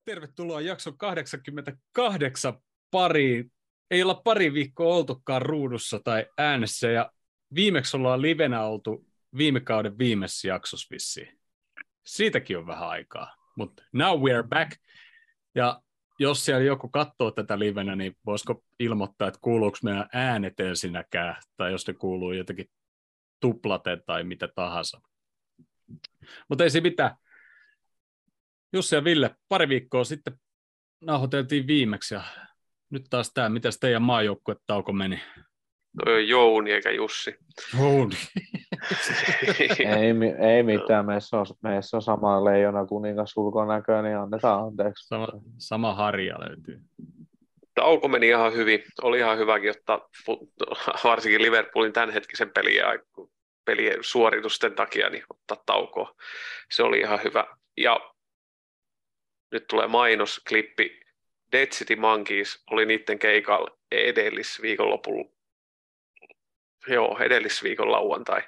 Tervetuloa jakson 88 pariin. Ei olla pari viikkoa oltukaan ruudussa tai äänessä, ja viimeksi ollaan livenä oltu viime kauden viimeisessä jaksossa vissiin. Siitäkin on vähän aikaa, mutta now we are back. Ja jos siellä joku katsoo tätä livenä, niin voisiko ilmoittaa, että kuuluuko meidän äänet ensinnäkään, tai jos ne kuuluu jotenkin tuplaten tai mitä tahansa. Mutta ei se mitään. Jussi ja Ville, pari viikkoa sitten nauhoiteltiin viimeksi, ja nyt taas tämä, mitäs teidän maajoukkuetauko meni? Toi on Jouni eikä Jussi. Jouni. ei mitään, meissä on sama leijona kuningas ulkonäköä, niin annetaan anteeksi. Sama harja löytyy. Tauko meni ihan hyvin. Oli ihan hyväkin ottaa, varsinkin Liverpoolin tämänhetkisen pelien suoritusten takia, niin ottaa taukoa. Se oli ihan hyvä. Ja nyt tulee mainosklippi. Dead City Monkeys oli niiden keikalla edellisviikon lauantai.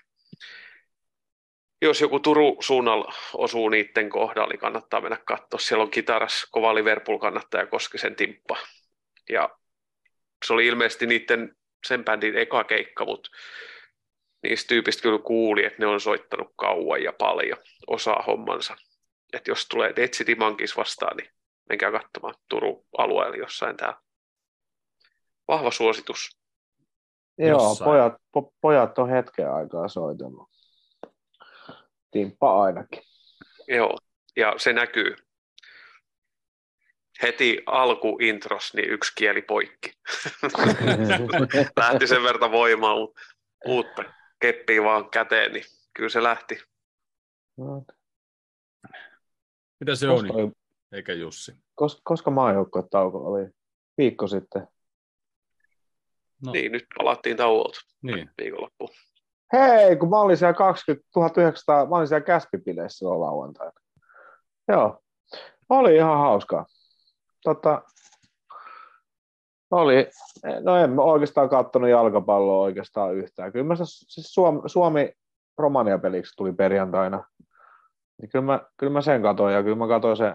Jos joku Turun suunnalla osuu niiden kohdalla, niin kannattaa mennä katsoa. Siellä on kitaras kova Liverpool-kannattaja Koskisen Timppa. Ja se oli ilmeisesti sen bändin eka keikka, mutta niistä tyypistä kyllä kuuli, että ne on soittanut kauan ja paljon, osaa hommansa. Että jos tulee Dead City Monkeys vastaan, niin menkää katsomaan Turun alueella jossain täällä. Vahva suositus. Joo, pojat on hetken aikaa soitellut. Timppa ainakin. Joo, ja se näkyy. Heti alkuintros, niin yksi kieli poikki. Lähti sen verran voimaa, mutta uutta keppiä vaan käteen, niin kyllä se lähti. Mitä se on, eikä Jussi? Koska maajoukkuetauko oli? Viikko sitten. No. Niin, nyt palattiin tauolta viikonloppuun. Hei, kun mä olin siellä 1900, mä olin siellä Käspipileissä silloin lauantaina. Joo, oli ihan hauskaa. En mä oikeastaan katsonut jalkapalloa oikeastaan yhtään. Kyllä mä siis Suomi-Romania-peliksi tuli perjantaina. Niin kyllä mä sen katoin ja kyllä mä katsoin se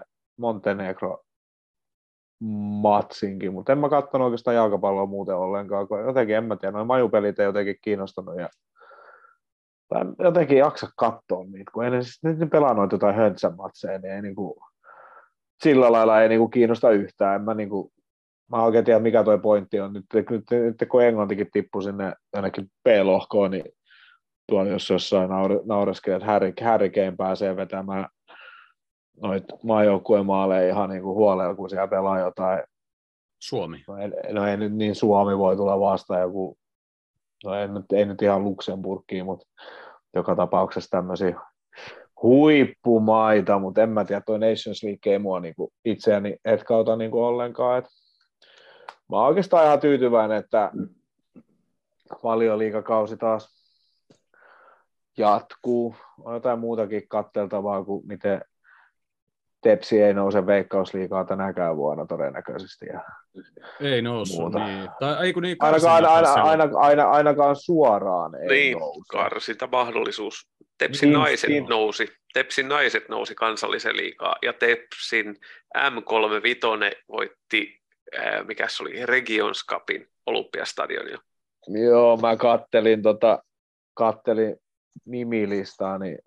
Montenegro-matsinkin, mutta en mä katsonut oikeastaan jalkapalloa muuten ollenkaan. Jotenkin en mä tiedä, noin majupelit ei jotenkin kiinnostanut ja jotenkin jaksa katsoa niitä, kun nyt ne pelaa noita jotain höntsämatseja, niin ei niinku, sillä lailla ei niinku kiinnosta yhtään. Mä oikein tiedä, mikä toi pointti on. Nyt kun Englantikin tippui sinne jonnekin B-lohkoon, niin tuolla jos jossain naureskelee, että Harry Kane pääsee vetämään noita maajoukkueen maaleja ihan niinku huolella, kun siellä pelaa jotain. Suomi. No ei nyt niin Suomi voi tulla vastaan joku. No ei nyt ihan Luxemburgiin, mutta joka tapauksessa tämmöisiä huippumaita, mutta en mä tiedä, toi Nations League ei mua niinku itseäni etkauta niinku ollenkaan. Mä oon oikeastaan ihan tyytyväinen, että Valioliigakausi taas jatkuu. On jotain muutakin katseltavaa kuin miten Tepsi ei nouse Veikkausliigaa tänäkään vuonna todennäköisesti. Ja ei noussut, niin. Tai niin ainakaan suoraan ei niin, nouse. Karsinta mahdollisuus. Tepsin naiset nousi kansallisen liigaan ja Tepsin M35 voitti, mikä se oli, Regions Cupin Olympiastadionilla. Joo, mä kattelin nimilistaa, niin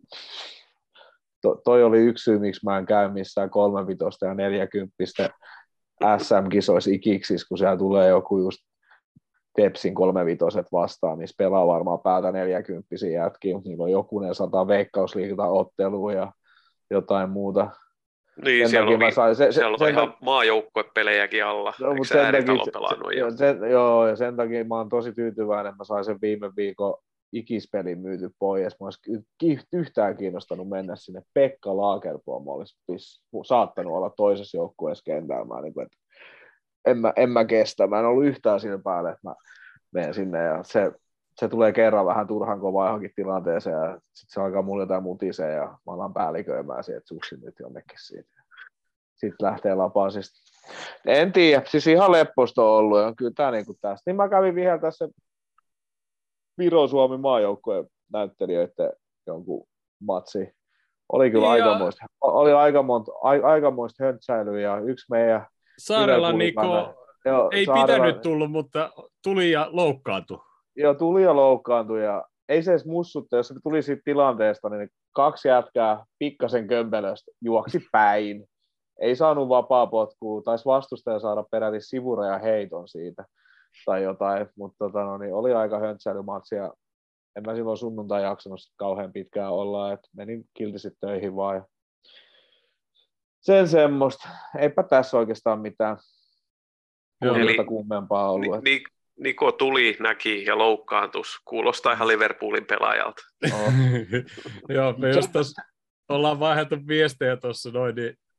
toi oli yksi syy, miksi mä en käy missään 35 ja 40 SM-kisoissa ikiksissä, kun siellä tulee joku just Tepsin 35 vastaan, niin pelaa varmaan päätä 40 jätkiä, mutta niillä on jokunen 100 Veikkausliigaa ottelua ja jotain muuta. Niin, siellä on ihan maajoukkuepelejäkin alla, eikö se Ääritalo pelannut? Joo, ja sen takia mä oon tosi tyytyväinen, että mä sain sen viime viikon ikispelin myyty pois. Mä olisin yhtään kiinnostanut mennä sinne. Pekka Lagerboom olisi saattanut olla toisessa joukkueessa kentällä. En mä kestä. Mä en ollut yhtään siinä päälle, että mä menen sinne. Ja se tulee kerran vähän turhan kovaa johonkin tilanteeseen. Ja sitten se alkaa mulle jotain mutisee ja mä alan päälliköimään siihen, että sussin nyt jonnekin siitä. Sitten lähtee lapasista. En tiedä. Siis ihan lepposta on ollut. Ja kyllä tää niinku tästä. Niin mä kävin viheltä se Viro-Suomi maajoukkueen näyttelijöiden jonkun matsi Oli kyllä Ja aikamoista höntsäilyä ja yksi meidän Saarella Liverpoolin ei pitänyt tullut, mutta tuli ja loukkaantui. Joo, tuli ja loukkaantui ja ei se edes mussutta, jos se tuli siitä tilanteesta, niin 2 jätkää pikkasen kömpelöstä juoksi päin. Ei saanut vapaapotkua, taisi vastustaja saada peräti sivurajan heiton siitä tai jotain, mutta niin oli aika höntsäilymatsi ja en mä silloin sunnuntai jaksanut kauhean pitkään olla, että menin kiltisti töihin vaan. Sen semmoista. Eipä tässä oikeastaan mitään kummempaa ollut. Niko tuli, näki ja loukkaantus. Kuulostaa ihan Liverpoolin pelaajalta. Oh. Joo, me just tossa ollaan vaihdeltu viestejä tuossa noin,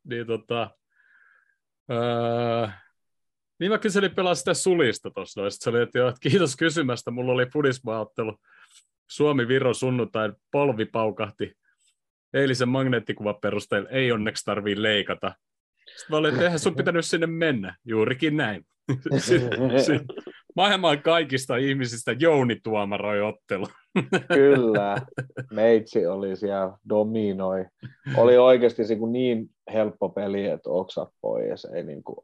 niin mä kyselin pelaa sitä sulista tuossa noin. Se oli, että kiitos kysymästä, mulla oli fudismaaottelu Suomi-Viro sunnuntain, polvi paukahti eilisen magneettikuvan perusteella, ei onneksi tarvii leikata. Sitten mä olin, että eihän sun pitänyt sinne mennä, juurikin näin. Maailman kaikista ihmisistä Jouni tuomaroi ottelu. Kyllä, meitsi oli siellä, dominoi. Oli oikeasti se niin helppo peli, että oksat pois. Ei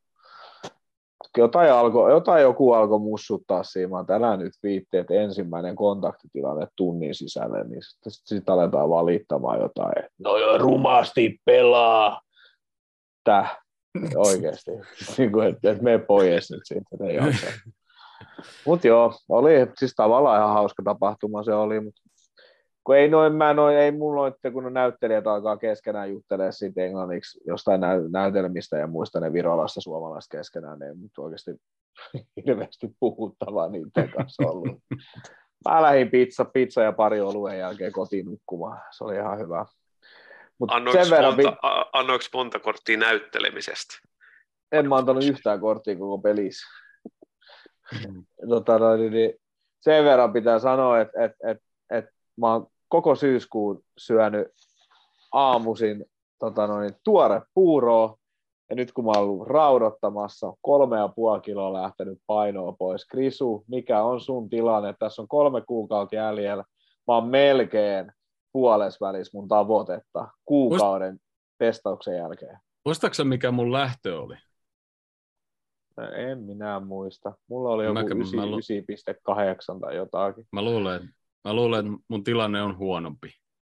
joku alkoi mussuttaa siinä, että älä nyt viitti, että ensimmäinen kontaktitilanne tunnin sisälle, niin sitten aletaan valittamaan jotain. No jo rumasti pelaa. Oikeasti. Että mene pois nyt siitä. Mutta joo, oli siis tavallaan ihan hauska tapahtuma se oli, mutta kun ei mulla ole, kun näyttelijät alkaa keskenään juttelemaan siitä englanniksi jostain näytelmistä ja muista ne virolasta suomalaista keskenään, niin ei nyt oikeasti hirveästi puhuttavaa niiden kanssa ollut. Mä lähdin pizza ja pari oluen jälkeen kotiin nukkumaan, se oli ihan hyvä. Annoiko monta korttia näyttelemisestä? En mä antanut yhtään korttia koko pelissä. Sen verran pitää sanoa, että mä oon koko syyskuun syönyt aamuisin tuore puuroa, ja nyt kun mä oon ollut raudottamassa, 3,5 kiloa lähtenyt painoa pois. Krisu, mikä on sun tilanne? Tässä on 3 kuukautta jäljellä. Mä oon melkein puolesvälissä mun tavoitetta kuukauden testauksen jälkeen. Muistaaksä mikä mun lähtö oli? En minä muista. Mulla oli joku 9,8 tai jotakin. Mä luulen, että mun tilanne on huonompi.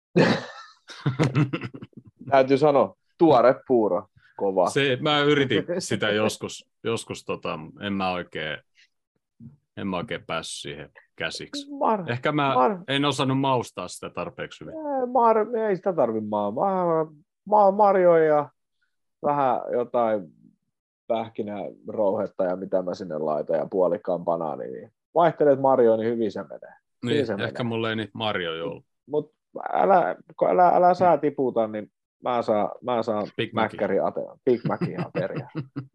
Täytyy sanoa, tuore puuro, kova. Mä yritin sitä joskus en mä oikein päässyt siihen käsiksi. Ehkä mä en osannut maustaa sitä tarpeeksi hyvin. Ei sitä tarvitse marjoja ja vähän jotain pähkinärouhetta ja mitä mä sinne laitan ja puolikkaan banaani. Niin vaihtelet marjoja, niin hyvin se menee. Niin, se ehkä mulla ei niitä marjoja ollut. Mutta älä sä tiputa, niin mä saan Big Macin ateria.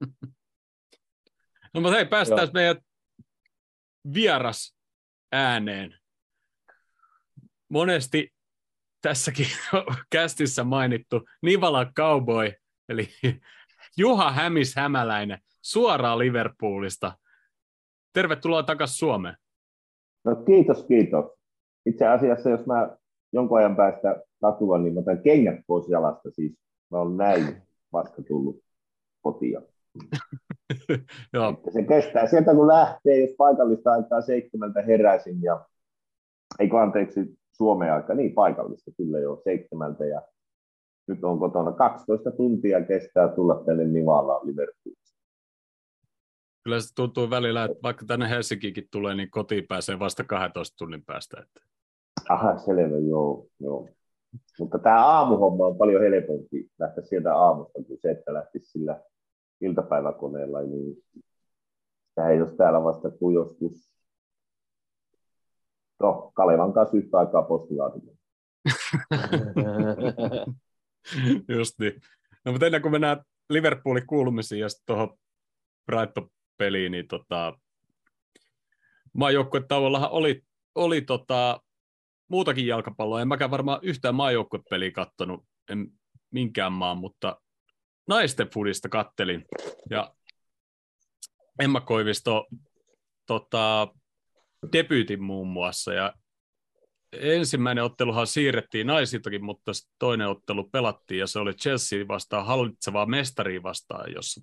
No mutta hei, päästään meidän vieras ääneen. Monesti tässäkin kästissä mainittu Nivala Cowboy, eli Juha Hämäläinen, suoraan Liverpoolista. Tervetuloa takaisin Suomeen. No kiitos. Itse asiassa, jos mä jonkun ajan päästä tatuan, niin mä otan kengät pois jalasta. Siis mä oon näin vasta tullut kotiin. Se kestää sieltä, kun lähtee, jos paikallista aikaa 7 heräisin ja Suomen aika, niin paikallista kyllä jo 7 ja nyt on kotona 12 tuntia kestää tulla tänne Nivalaan Liverpoolista. Kyllä se tuntuu välillä, että vaikka tänne Helsinkiinkin tulee, niin kotiin pääsee vasta 12 tunnin päästä. Aha, selvä, joo. Mutta tämä aamuhomma on paljon helpompi lähteä sieltä aamusta kuin se, että lähtisi sillä iltapäiväkoneella. Niin sitä ei olisi täällä vasta kuin joskus Kalevan kanssa yhtä aikaa postilaatikolla. Just niin. No, mutta ennen kuin mennään Liverpoolin kuulumisiin ja sitten tuohon Brighton-peliin, niin maajoukkuetauollahan oli muutakin jalkapalloa. En mäkään varmaan yhtään maajoukkuepeliä kattonut, en minkään maan, mutta naisten fudista kattelin. Ja Emma Koivisto debyytin muun muassa. Ja ensimmäinen otteluhan siirrettiin naisiltakin, mutta toinen ottelu pelattiin, ja se oli Chelsea vastaan hallitsevaa mestaria vastaan, jossa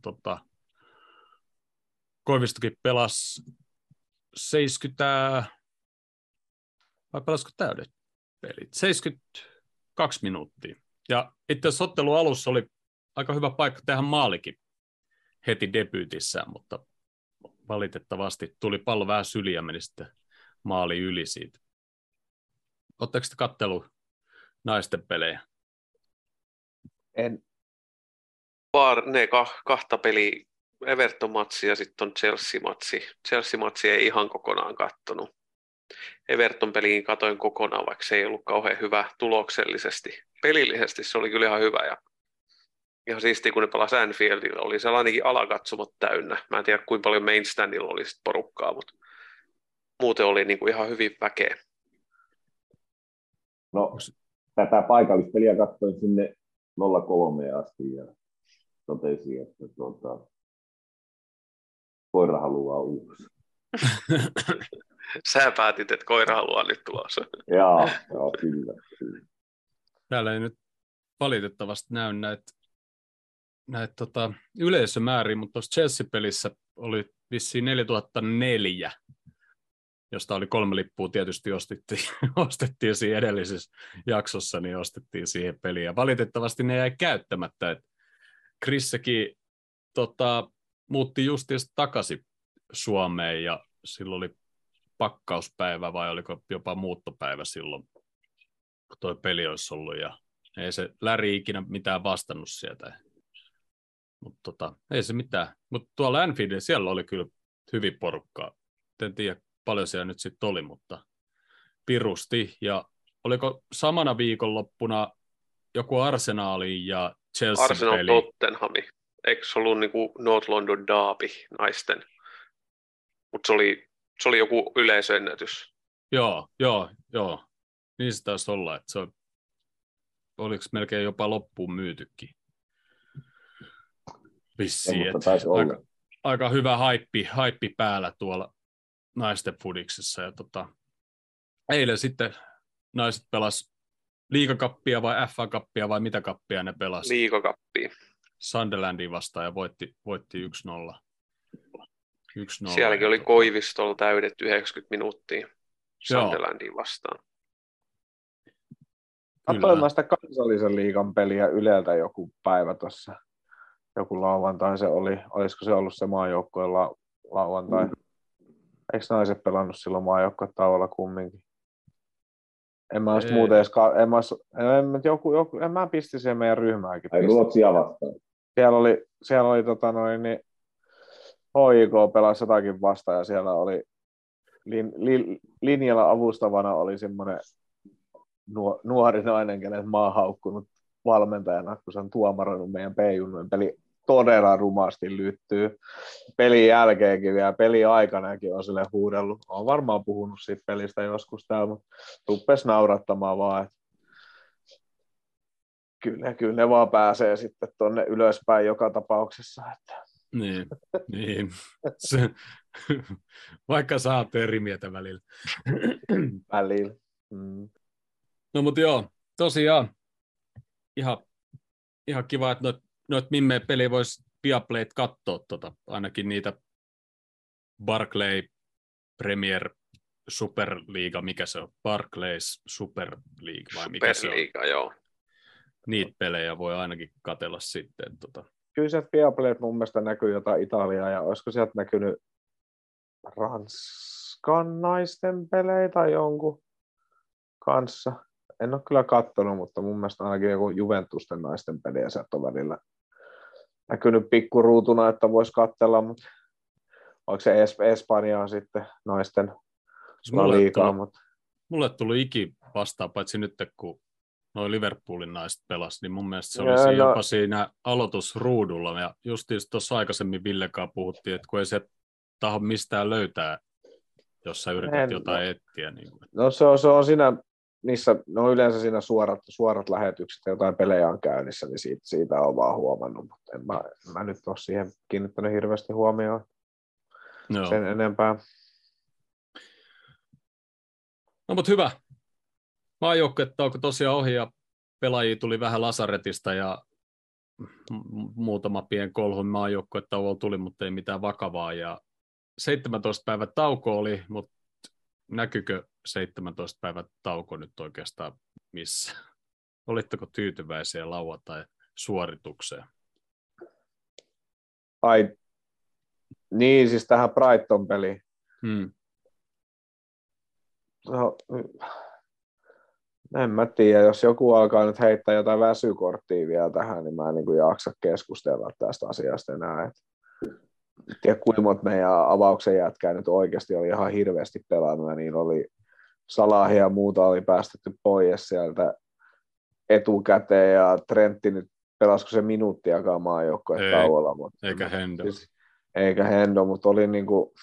Koivistokin pelasi 70, vai pelasiko täydet pelit? 72 minuuttia. Ja itse asiassa ottelun alussa oli aika hyvä paikka tehdä maalikin heti debyytissään, mutta valitettavasti tuli pallo vähän syliä ja meni sitten maali yli siitä. Oletteko te katselu naisten pelejä? En. Ne kahta peliä, Everton-matsi ja sitten on Chelsea-matsi. Chelsea-matsi ei ihan kokonaan kattonut. Everton-peliin katoin kokonaan, vaikka se ei ollut kauhean hyvä tuloksellisesti. Pelillisesti se oli kyllä ihan hyvä ja ihan siistiä, kun ne pelasi Anfieldilla. Oli sellainenkin alakatsomot täynnä. Mä en tiedä, kuinka paljon mainstandilla oli sit porukkaa, mutta muuten oli niinku ihan hyvin väkeä. No, tätä paikallispeliä katsoin sinne 0-3 asti ja totesin, että koira haluaa uusi. Sä päätit, että koira haluaa nyt tulossa. Joo, kyllä. Täällä ei nyt valitettavasti näy näitä yleisömääriä, mutta tuossa Chelsea-pelissä oli vissiin 4004, josta oli 3 lippua tietysti ostettiin siinä edellisessä jaksossa, niin ostettiin siihen peliin. Ja valitettavasti ne jäi käyttämättä. Että Chrissekin muutti justiinsa takaisin Suomeen ja silloin oli pakkauspäivä vai oliko jopa muuttopäivä silloin, kun toi peli olisi ollut. Ja ei se Läri ikinä mitään vastannut sieltä. Mutta ei se mitään. Mutta tuolla Anfieldilla siellä oli kyllä hyvin porukkaa. En tiedä, paljon siellä nyt sitten oli, mutta pirusti. Ja oliko samana viikonloppuna joku Arsenalin ja Chelsea Arsenal peli? Tottenhami. Eikö se ollut niinku North London Derby naisten? Mutta se oli joku yleisöennätys. Joo. Niin se taisi olla, että oliko melkein jopa loppuun myytykin. Vissiin, aika hyvä haippi päällä tuolla naisten fudiksessa. Ja eilen sitten naiset pelas liigakappia vai FA-kappia vai mitä kappia ne pelasi? Liigakappia. Sunderlandin vastaan ja voitti 1-0. Sielläkin oli Koivistolla täydet 90 minuuttia Sunderlandin vastaan. Katsoin mä sitä kansallisen liigan peliä Yleltä joku päivä tuossa. Joku lauantai se oli. Olisiko se ollut se maajoukkueen lauantai? Eikö naiset pelannut silloin maajoukkuetauolla kumminkin? En mä olisi muuten edes... En mä pisti siihen meidän ryhmääkin. Ai Ruotsia vastaan. Siellä oli HJK pelasi jotakin vastaan ja siellä oli linjalla avustavana oli semmoinen nuori nainen, kenet mä oon haukkunut valmentajana, kun se on tuomaroinut meidän P-junnujen peli todella rumasti lyttyy. Pelin jälkeenkin vielä, pelin aikanakin on sille huudellut. Olen varmaan puhunut siitä pelistä joskus täällä, mutta tuppes naurattamaan vaan. Kyllä ne vaan pääsee sitten tuonne ylöspäin joka tapauksessa. Että. Niin. Vaikka saat eri mieltä välillä. Välillä. No mutta joo, tosiaan ihan kiva, että noit mimmeen peliä voisi Viaplayt katsoa, ainakin niitä Barclay Premier Superliiga, mikä se on? Barclays Super League vai mikä se on? Superliiga, joo. Niitä pelejä voi ainakin katsella sitten. Kyllä sieltä Viaplayt mun mielestä näkyy jotain Italiaa ja olisiko sieltä näkynyt Ranskan naisten pelejä tai jonkun kanssa. En ole kyllä katsonut, mutta mun mielestä ainakin joku Juventusten naisten pelejä sieltä on välillä näkynyt pikkuruutuna, että voisi katsella, mutta onko se Espanjaa sitten naisten liigaa? Mulle tuli iki vastaan, paitsi nyt kun noin Liverpoolin naiset pelasi, niin mun mielestä se oli jopa siinä aloitusruudulla. Ja justiin tuossa aikaisemmin Villekaan puhuttiin, että kun ei se taho mistään löytää, jos sä yrität jotain etsiä. Niin. No se on siinä, niissä, no yleensä siinä suorat lähetykset ja jotain pelejä on käynnissä, niin siitä on vaan huomannut, mutta en mä nyt ole siihen kiinnittänyt hirveästi huomioon sen enempää. No mutta hyvä. Maajoukkuetauko tosiaan ohi ja pelaajia tuli vähän lasaretista ja muutama pien kolhun maajoukkuetauolla tuli, mutta ei mitään vakavaa. Ja 17 päivän tauko oli, mutta näkyykö 17 päivän tauko nyt oikeastaan missä? Olitteko tyytyväisiä lauantai-suoritukseen? Ai, niin siis tähän Brighton-peliin. No, en mä tiedä, jos joku alkaa nyt heittää jotain väsykorttia vielä tähän, niin mä en niin kuin jaksa keskustella tästä asiasta enää. En tiedä, kuinka monta meidän avauksen jätkää nyt oikeasti oli ihan hirveästi pelannut, ja niin oli Salah ja muuta oli päästetty pois sieltä etukäteen, ja Trentti nyt pelasiko se minuuttiakaan maajoukkojen tauolla. Mutta, eikä Hendo. Siis, eikä Hendo, mutta oli niinku...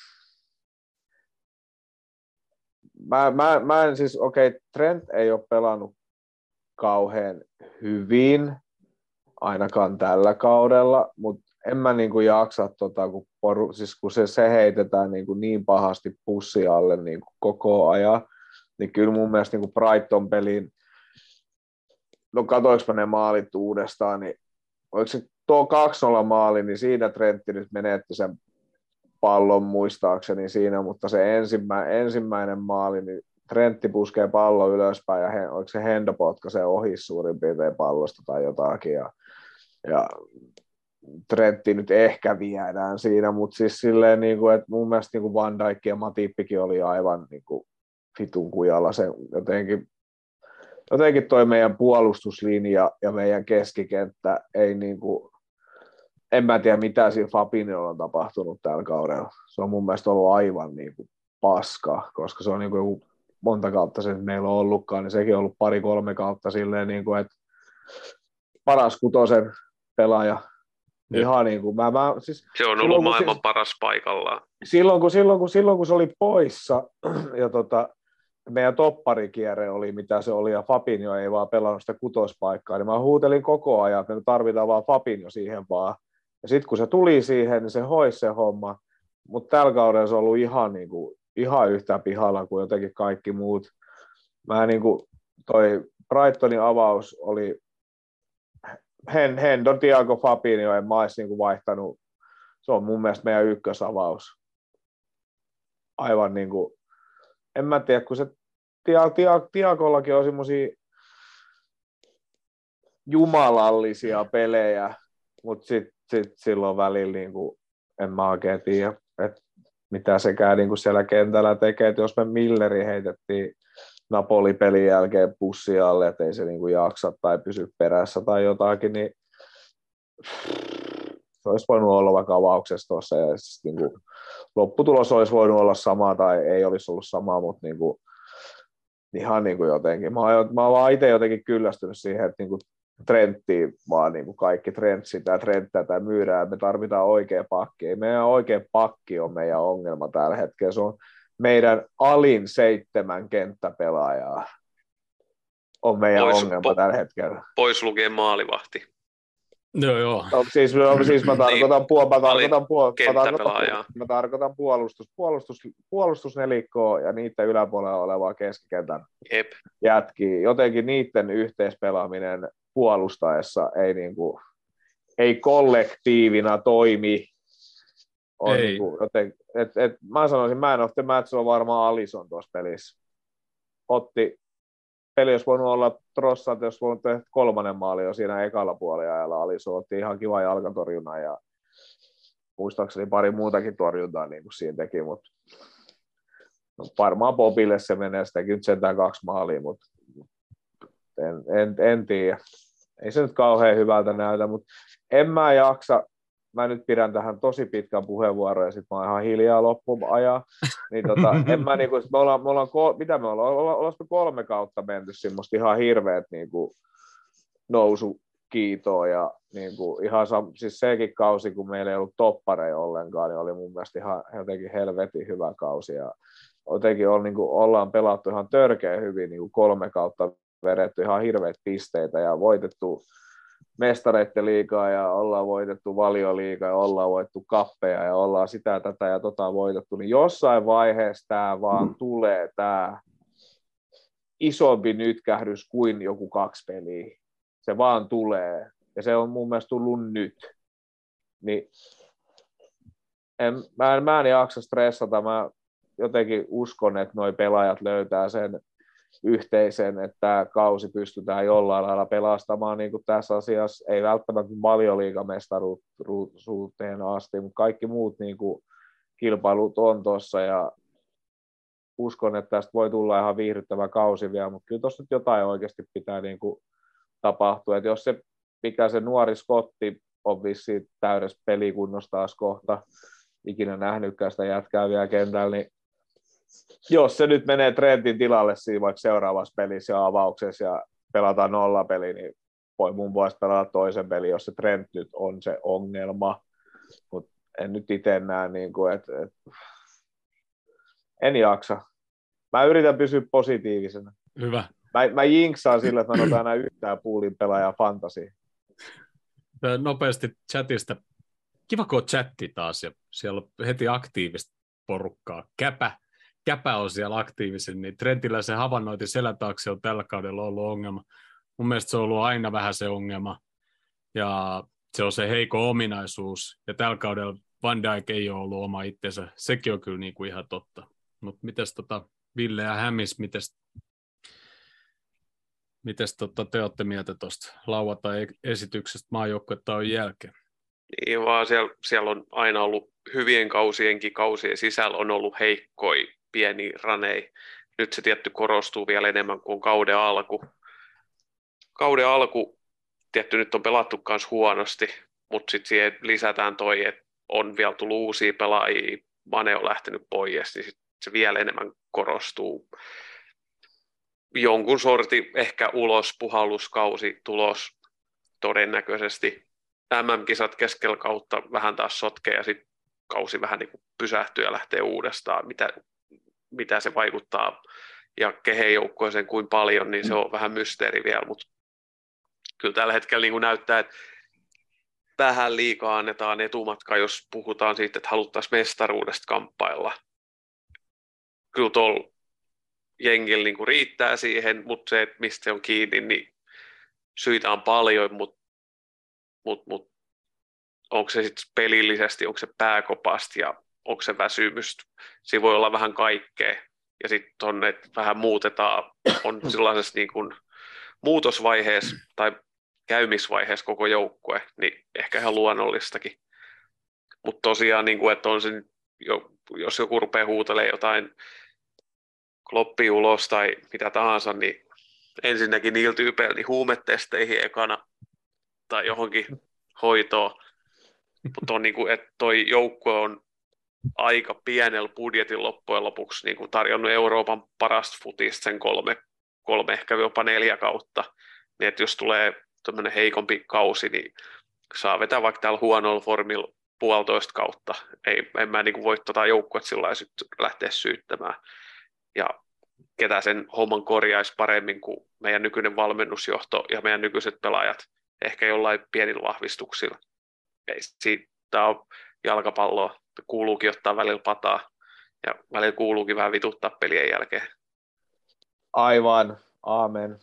Mä en siis, Trent ei ole pelannut kauhean hyvin, ainakaan tällä kaudella, mutta en mä niinku jaksa, kun se heitetään niin pahasti pussi alle niinku koko ajan, niin kyllä mun mielestä niinku Brighton-peliin, no katoinko mä ne maalit uudestaan, niin oliko se tuo 2-0 maali, niin siinä Trentti nyt menetti sen pallon muistaakseni siinä, mutta se ensimmäinen maali, niin Trentti puskee pallon ylöspäin ja oliko se Hendo potkaisee ohi suurin piirtein pallosta tai jotakin ja Trentti nyt ehkä viedään siinä, mutta siis silleen, niin kuin, että mun mielestä niin kuin Van Dijk ja Matippikin oli aivan niin kuin vitun kujalla se jotenkin toi meidän puolustuslinja ja meidän keskikenttä ei niin kuin, en mä tiedä mitä siinä Fabinholla on tapahtunut tällä kaudella. Se on mun mielestä ollut aivan niin kuin paska, koska se on niin kuin monta kautta se meillä on ollutkaan, niin sekin on ollut 2-3 kautta silleen, niin kuin, että paras kutosen pelaaja. Ihan niin kuin, siis, se on ollut maailman paras paikallaan. Silloin kun se oli poissa ja meidän topparikierre oli mitä se oli ja Fabinho ei vaan pelannut sitä kutospaikkaa, niin mä huutelin koko ajan, että me tarvitaan vaan Fabinho siihen vaan. Ja sitten kun se tuli siihen, niin se hoisi se homma, mutta tällä kaudella se on ollut ihan yhtä pihalla kuin jotenkin kaikki muut. Mä niin kuin, toi Brightonin avaus oli Hendo, Thiago, Fabinho, en mä olisi niin kuin vaihtanut, se on mun mielestä meidän ykkösavaus. Aivan niin kuin, en mä tiedä, kun se Thiagollakin on semmosia jumalallisia pelejä, mutta sit silloin välillä niin kuin, en mä oikein tiedä, että mitä sekään niin kuin siellä kentällä tekee, että jos me Milleri heitettiin Napoli-pelin jälkeen pussi alle, että ei se niin kuin jaksa tai pysy perässä tai jotakin, niin se olisi voinut olla vaikka avauksessa tuossa ja siis, niin kuin, lopputulos olisi voinut olla sama tai ei olisi ollut sama, mutta niin kuin, ihan niin kuin jotenkin. Mä oon vaan itse jotenkin kyllästynyt siihen, että niin kuin Trenttiin vaan niin kuin kaikki Trentsitään, Trenttää myydään, me tarvitaan oikea pakki. Ei meidän oikea pakki on meidän ongelma tällä hetkellä, se on meidän alin 7 kenttäpelaajaa on meidän ongelma tällä hetkellä. Pois lukien maalivahti. Joo. No, siis mä tarkoitan puolustusnelikkoa ja niiden yläpuolella olevaa keskikentän jätkiä. Jotenkin niiden yhteispelaaminen puolustaessa ei kollektiivina toimi. On ei. Mä sanoisin, man of the match on varmaan Alisson tuossa pelissä. Peli olisi voinut olla Trossard, jos voinut tehdä 3. maali jo siinä ekalla puoliajalla. Alisson otti ihan kiva jalkatorjunnan ja muistaakseni pari muutakin torjuntaa niin kuin siinä teki, mutta varmaan Bobille se menee, se teki nyt sentään 2 maalia, mutta en tiedä. Ei se nyt kauhean hyvältä näytä, mutta en mä jaksa. Mä nyt pidän tähän tosi pitkän puheenvuoron ja sit mä oon ihan hiljaa loppuajan. Niin en mä niinku, ollaanko 3 kautta menty semmoista ihan hirveet niinku nousukiitoa ja niinku ihan siis sekin kausi, kun meillä ei ollut toppareja ollenkaan, niin oli mun mielestä ihan jotenkin helvetin hyvä kausi ja jotenkin ollaan pelattu ihan törkeä hyvin niinku 3 kautta vedetty ihan hirveät pisteitä ja voitettu mestareiden liigaa ja ollaan voitettu Valioliigaa ja ollaan voitettu kappeja ja ollaan sitä, tätä ja voitettu, niin jossain vaiheessa tämä vaan tulee tämä isompi nytkähdys kuin joku 2 peliä. Se vaan tulee. Ja se on mun mielestä tullut nyt. Niin mä en jaksa stressata. Mä jotenkin uskon, että noi pelaajat löytää sen yhteisen, että tämä kausi pystytään jollain lailla pelastamaan niin kuin tässä asiassa. Ei välttämättä Valioliigamestaruuteen asti, mutta kaikki muut niin kuin kilpailut on tuossa ja uskon, että tästä voi tulla ihan viihdyttävä kausi vielä, mutta kyllä tuossa nyt jotain oikeasti pitää niin kuin tapahtua. Että jos se, mikä se nuori Scotti on vissiin täydessä pelikunnossa taas kohta, ikinä nähnytkään sitä jätkää vielä kentällä, niin jos se nyt menee Trentin tilalle siinä vaikka seuraavassa pelissä ja avauksessa ja pelataan 0 peli, niin voi mun puolesta pelata toisen pelin, jos se Trent nyt on se ongelma. Mutta en nyt itse näe, niin että en jaksa. Mä yritän pysyä positiivisena. Hyvä. Mä jinksaan sillä, että mä en ota enää yhtään poolin pelaajaa fantasiin. Nopeasti chatista. Kiva, kun on chatti taas ja siellä on heti aktiivista porukkaa. Käpä on siellä aktiivisen, niin Trentillä se havainnointi selän taakse on tällä kaudella ollut ongelma. Mun mielestä se on ollut aina vähän se ongelma. Ja se on se heikko ominaisuus. Ja tällä kaudella Van Dijk ei ole ollut oma itsensä. Sekin on kyllä niin kuin ihan totta. Mutta mites Ville ja Hämis, mites te olette mieltä tuosta lauantai-esityksestä maajoukkuetaon jälkeen? Niin vaan siellä on aina ollut hyvien kausien sisällä on ollut heikkoi, pieni ranei. Nyt se tietty korostuu vielä enemmän kuin kauden alku. Kauden alku tietty nyt on pelattu myös huonosti, mutta sitten siihen lisätään toi, että on vielä tullut uusia pelaajia, Mane on lähtenyt pois, niin sit se vielä enemmän korostuu. Jonkun sorti ehkä ulos puhalluskausi tulos todennäköisesti. MM-kisat keskellä kautta vähän taas sotkee ja sitten kausi vähän niin kuin pysähtyy ja lähtee uudestaan, mitä se vaikuttaa ja kehen joukkueeseen kuin paljon, niin se on vähän mysteeri vielä, mutta kyllä tällä hetkellä niin kuin näyttää, että vähän liikaa annetaan etumatka, jos puhutaan siitä, että haluttaisiin mestaruudesta kamppailla. Kyllä tuolla jengillä niin kuin riittää siihen, mutta se, että mistä se on kiinni, niin syitä on paljon, mutta onko se sitten pelillisesti, onko se pääkopasta ja onko se väsymystä. Siinä voi olla vähän kaikkea. Ja sitten on, että vähän muutetaan, on sellaisessa niin kuin muutosvaiheessa tai käymisvaiheessa koko joukkue, niin ehkä ihan luonnollistakin. Mutta tosiaan, niin kuin, että on se, jos joku rupeaa huutelemaan jotain Kloppia ulos tai mitä tahansa, niin ensinnäkin niillä tyypeillä niin huumetesteihin ekana tai johonkin hoitoon. Mutta on niin kuin, että toi joukkue on aika pienellä budjetin loppujen lopuksi niin kuin tarjonnut Euroopan parasta futista sen kolme ehkä jopa 4 kautta. Niin että jos tulee tämmöinen heikompi kausi, niin saa vetää vaikka täällä huonolla formilla 1,5 kautta. En mä niin kuin voi joukkuetta sillä lailla lähteä syyttämään. Ja ketä sen homman korjaisi paremmin kuin meidän nykyinen valmennusjohto ja meidän nykyiset pelaajat. Ehkä jollain pienillä vahvistuksilla. Ei siitä on jalkapalloa. Kuuluukin ottaa välillä pataa ja välillä kuuluukin vähän vituttaa pelien jälkeen. Aivan, aamen.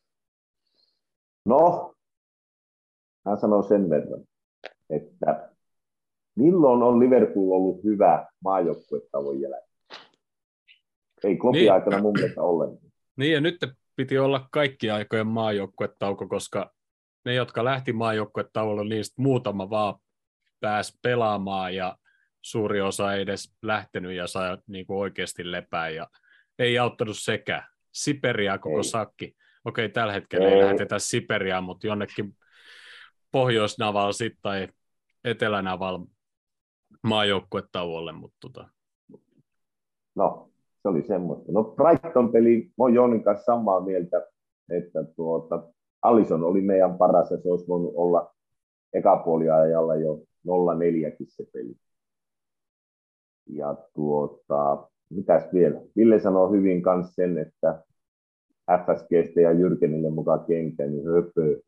No, hän sanoo sen verran, että milloin on Liverpool ollut hyvä maajoukkuetauon jälkeen? Ei Kloppin niin, aikana mun mielestä ollenkaan. Niin, ja nyt piti olla kaikki aikojen maajoukkuetauko, koska ne, jotka lähti maajoukkuetauolla, niistä muutama vaan pääsi pelaamaan, ja suuri osa ei edes lähtenyt ja sai niin kuin oikeasti lepää, ja ei auttanut sekään. Siperiaa koko sakki. Okei, tällä hetkellä ei lähetetä Siperiaan, mutta jonnekin Pohjois-Naval sitten tai Etelä-Naval maajoukkuetauolle. No, se oli semmoista. No Brighton-peli, mä oon Joonin kanssa samaa mieltä, että Alisson oli meidän paras ja se olisi voinut olla ekapuoliajalla jo 0-4kin se peli. Ja mitäs vielä? Ville sanoo hyvin kanssa sen, että FSGstä ja Jürgenille mukaan kenkä, niin höpö.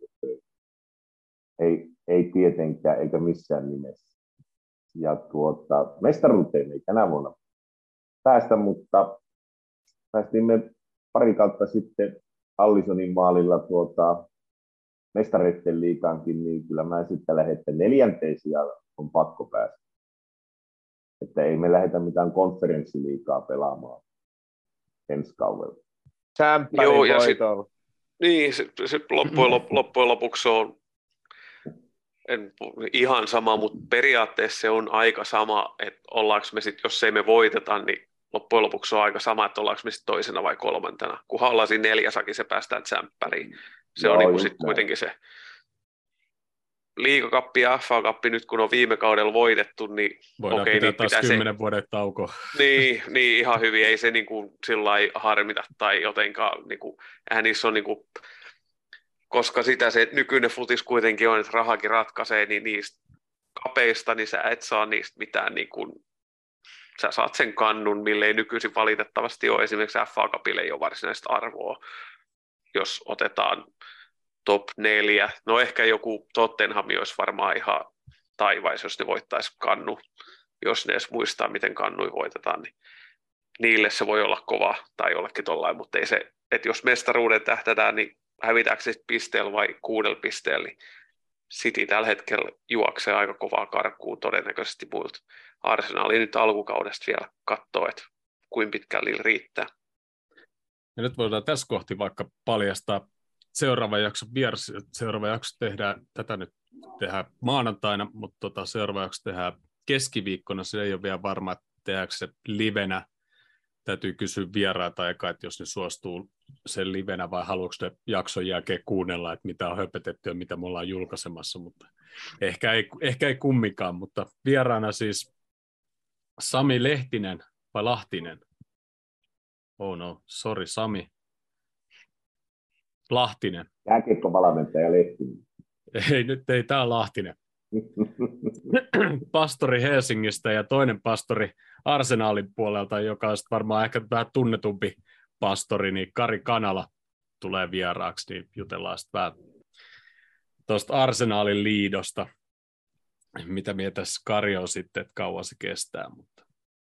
Ei tietenkään, eikä missään nimessä. Ja mestaruuteen ei tänä vuonna päästä, mutta päästiin me pari kautta sitten Allisonin maalilla mestareiden liigaankin, niin kyllä mä sitten lähden, että 4. sijaan on pakko päästä. Että ei me lähdetä mitään konferenssiliigaa pelaamaan ensi kaudella. Joo, ja niin, se loppujen lopuksi se on ihan sama, mutta periaatteessa se on aika sama, että ollaanko me sitten, jos ei me voiteta, niin loppujen lopuksi on aika sama, että ollaanko me sitten toisena vai 3. Kunhan ollaan siinä 4, se päästään tsemppäriin. Se on niin sitten kuitenkin se liigakappi ja FA-kappi nyt kun on viime kaudella voitettu, niin voidaan okei, pitää niin taas 10 vuoden tauko. Niin, ihan hyvin, ei se niin kuin sillai harmita tai jotenkaan, niin kuin, eihän niissä on niin kuin, koska sitä se nykyinen futis kuitenkin on, että rahakin ratkaisee, niin niistä kapeista, niin sä et saa niistä mitään, niin kuin, sä saat sen kannun, mille ei nykyisin valitettavasti ole, esimerkiksi FA-kapille ei ole varsinaista arvoa, jos otetaan top 4, no ehkä joku Tottenham olisi varmaan ihan taivais, jos ne voittaisi kannu, jos ne edes muistaa, miten kannui voitetaan, niin niille se voi olla kova tai jollekin tollain, mutta ei se, että jos mestaruuden tähdätään, niin hävitäänkö se pisteellä vai 6 pisteellä, niin City tällä hetkellä juoksee aika kovaa karkuun todennäköisesti muilta. Arsenali nyt alkukaudesta vielä katsoo, että kuinka pitkään niillä riittää. Ja nyt voidaan tässä kohti vaikka paljastaa seuraava jakso tehdään, tätä nyt tehdään maanantaina, mutta seuraava jakso tehdään keskiviikkona, se ei ole vielä varma, että tehdäänkö se livenä. Täytyy kysyä vieraita eka, että jos ne suostuu sen livenä vai haluatko ne jakson jälkeen kuunnella, että mitä on höpötetty ja mitä me ollaan julkaisemassa, mutta ehkä ei kumminkaan, mutta vieraana siis Sami Lehtinen vai Lahtinen? Oh no, sorry Sami. Lahtinen. Jääkiekkovalmentaja Lehtinen. Ei, tämä on Lahtinen. Pastori Helsingistä ja toinen pastori Arsenalin puolelta, joka on varmaan ehkä vähän tunnetumpi pastori, niin Kari Kanala tulee vieraaksi, niin jutellaan sitten vähän tuosta Arsenalin liidosta, mitä mieltä Kari on sitten, että kauan se kestää. Mutta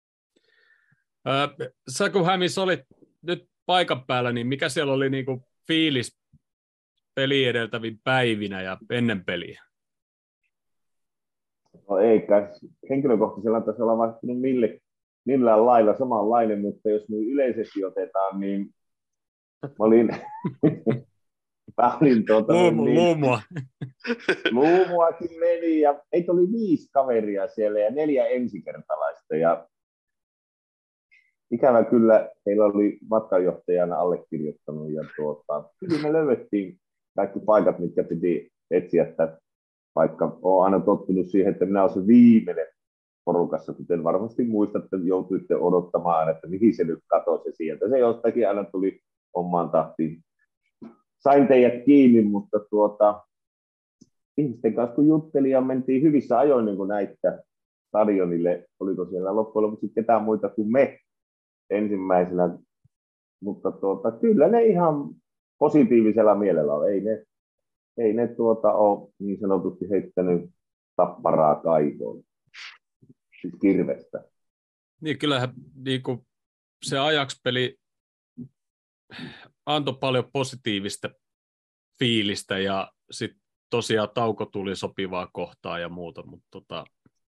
sä kun Hämis olit nyt paikan päällä, niin mikä siellä oli niinku fiilis peli edeltävin päivinä ja ennen peliä? No eikä. Henkilökohtaisella tasolla vaihtunut millään lailla samanlainen, mutta jos nyt yleisesti otetaan, niin mä olin Luumuakin meni ja meitä oli 5 kaveria siellä ja 4 ensikertalaista ja ikävä kyllä heillä oli matkanjohtajana allekirjoittanut ja kyllä me löydettiin kaikki paikat, mitkä piti etsiä, että vaikka olen aina tottunut siihen, että minä olen se viimeinen porukassa, kuten varmasti muistatte, joutuitte odottamaan, että mihin se nyt katosi sieltä. Se jostakin aina tuli omaan tahtiin. Sain teidät kiinni, mutta ihmisten kanssa kun juttelin ja mentiin hyvissä ajoin niin kuin näitä stadionille, oliko siellä loppujen lopuksi ketään muita kuin me ensimmäisenä, mutta kyllä ne ihan positiivisella mielellä on. Ei ne ole niin sanotusti heittänyt tapparaa kaivoon, siis kirvestä. Niin kyllähän niin kuin se Ajax-peli antoi paljon positiivista fiilistä ja sitten tosiaan tauko tuli sopivaa kohtaa ja muuta, mutta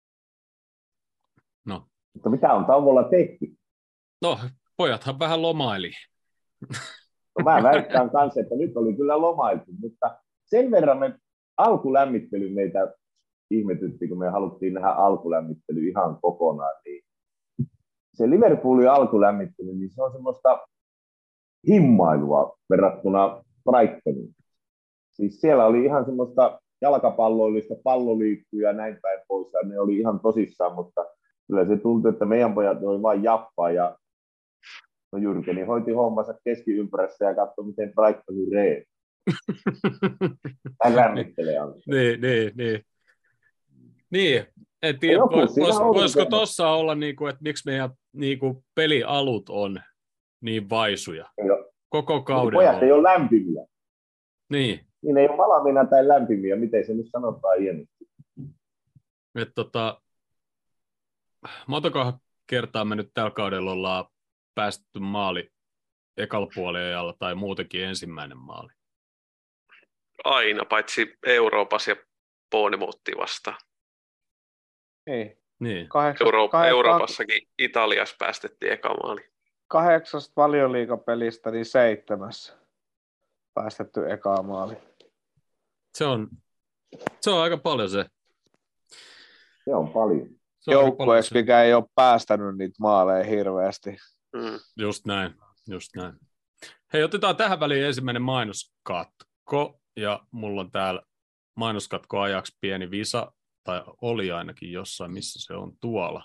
no. Mutta mitä on tauolla tehty? No, pojathan vähän lomaili. No, mä väittän kanssa, että nyt oli kyllä lomailtu, mutta sen verran me alkulämmittely meitä ihmetytti, kun me haluttiin nähdä alkulämmittely ihan kokonaan. Niin se Liverpoolin alkulämmittely, niin se on semmoista himmailua verrattuna Brightoniin. Siis siellä oli ihan semmoista jalkapalloillista palloliikkuja ja näin päin pois, ja ne oli ihan tosissaan, mutta kyllä se tuntui, että meidän pojat oli vain jappaa, ja no Jyrkeni hoiti hommansa keskiympyrässä ja katsoi, miten Brightonin ree. Hän lämmittelee Niin, en tiedä, voisiko tuossa olla, niinku, että miksi meidän niinku, pelialut on niin vaisuja koko kauden. Pojat ei ole lämpimiä. Niin. Niin ei ole valmiina tai lämpimiä, miten se nyt sanotaan hienosti. Montako kertaa me nyt tällä kaudella ollaan päästetty maali ekalla puoliajalla tai muutenkin ensimmäinen maali? Aina, paitsi Euroopassa ja Bournemouttia vastaan. Ei. Niin. Euroopassakin Italiassa päästettiin eka maali. 8 valioliigapelistä niin 7 päästetty ekaa maali. Se on aika paljon se. Se on paljon. Joukkueeksi, mikä ei ole päästänyt niitä maaleja hirveästi. Just näin. Hei, otetaan tähän väliin ensimmäinen mainoskatko. Ja mulla on täällä mainoskatko ajaksi pieni visa, tai oli ainakin jossain, missä se on tuolla.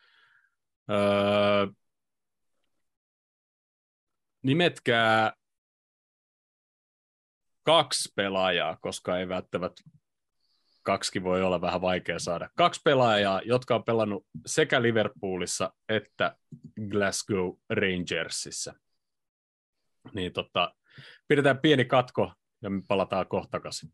Nimetkää 2 pelaajaa, koska ei välttämättä 2 voi olla vähän vaikea saada. 2 pelaajaa, jotka on pelannut sekä Liverpoolissa että Glasgow Rangersissa. Niin pidetään pieni katko ja me palataan kohta takaisin.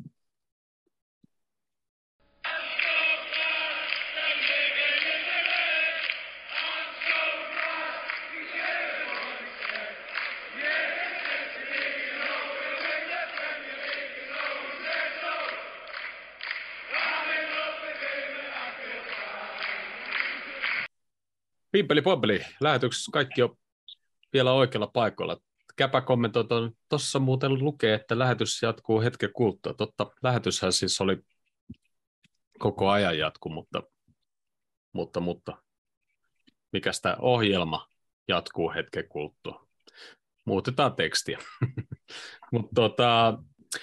Pimpeli Pompeli, lähetyksessä kaikki on vielä oikealla paikoilla. Käpä kommentoi, tuossa muuten lukee, että lähetys jatkuu hetken kuluttua. Totta, lähetyshän siis oli koko ajan jatku, mutta mikäs tämä ohjelma jatkuu hetken kuluttua. Muutetaan tekstiä. Mutta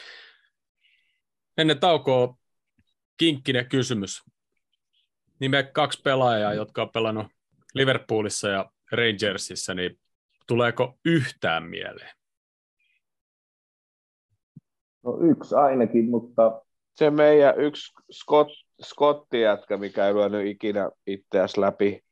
ennen taukoa kinkkinen kysymys. Nimeä 2 pelaajaa, jotka on pelannut Liverpoolissa ja Rangersissa, niin tuleeko yhtään mieleen? No 1 ainakin, mutta... Se meidän yksi skottijätkä, mikä ei lyönyt ikinä itseäsi läpi.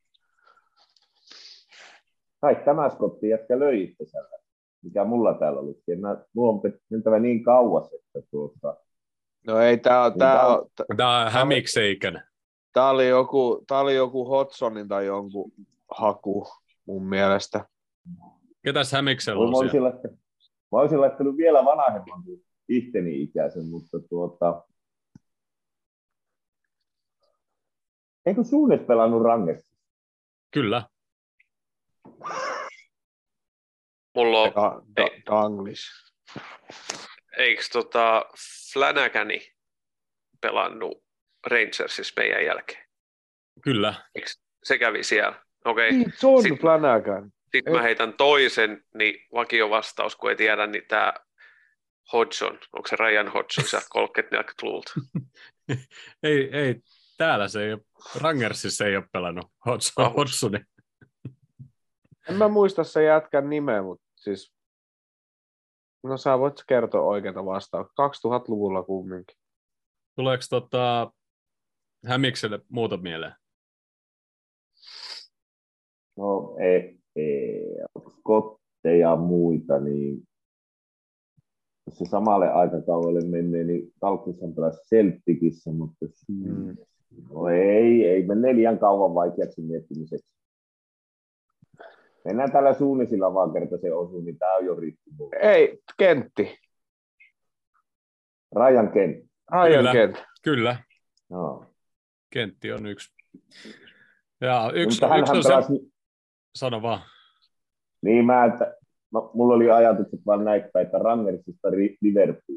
Kai tämä Skotti jätkä löi itsensä, mikä mulla täällä oli. Mulla on mentävä niin kauas, että No ei, tää on Hämikseikäinen. Tää oli joku Hodgsonin tai jonkun haku mun mielestä. Ketäs Hämiksellä on siellä? Mä olisin laittanut vielä vanhemman kuin itteni ikäisen, mutta eikö Suunes pelannut Rangessa? Kyllä. Mulla on... Danglish. Eikö Flanagani pelannut Rangersissa meidän jälkeen? Kyllä. Eikö se kävi siellä? Okei. Niin, John Flanagan. Sitten mä heitän toisen, niin vakiovastaus, kun ei tiedä, niin tämä Hodgson, onko se Ryan Hodgson sieltä 30-40-luvulta? ei, täällä se ei ole, Rangersissa ei ole pelannut Hodgsoni. En mä muista sen jätkän nimeä, mutta siis, no sä voit kertoa oikeata vastausta. 2000-luvulla kumminkin. Tuleeko Hämikselle muuta mieleen? No ei. Skotteja ja muita, niin jos se samalle aikakaudelle menee, niin Kalkishan pelasi Celticissa, mutta no ei mene liian kauan vaikeaksi miettimiseksi. Mennään tällä suunnisilla vaan kerta se osuu, niin tämä on jo riippuvuus. Ei, Kentti. Ryan Kent. Kyllä. No. Kentti on yksi. Ja yksi on pelasi... Sano vaan. Niin mulla oli ajatukset vaan näin päin, että Rangersista Liverpool.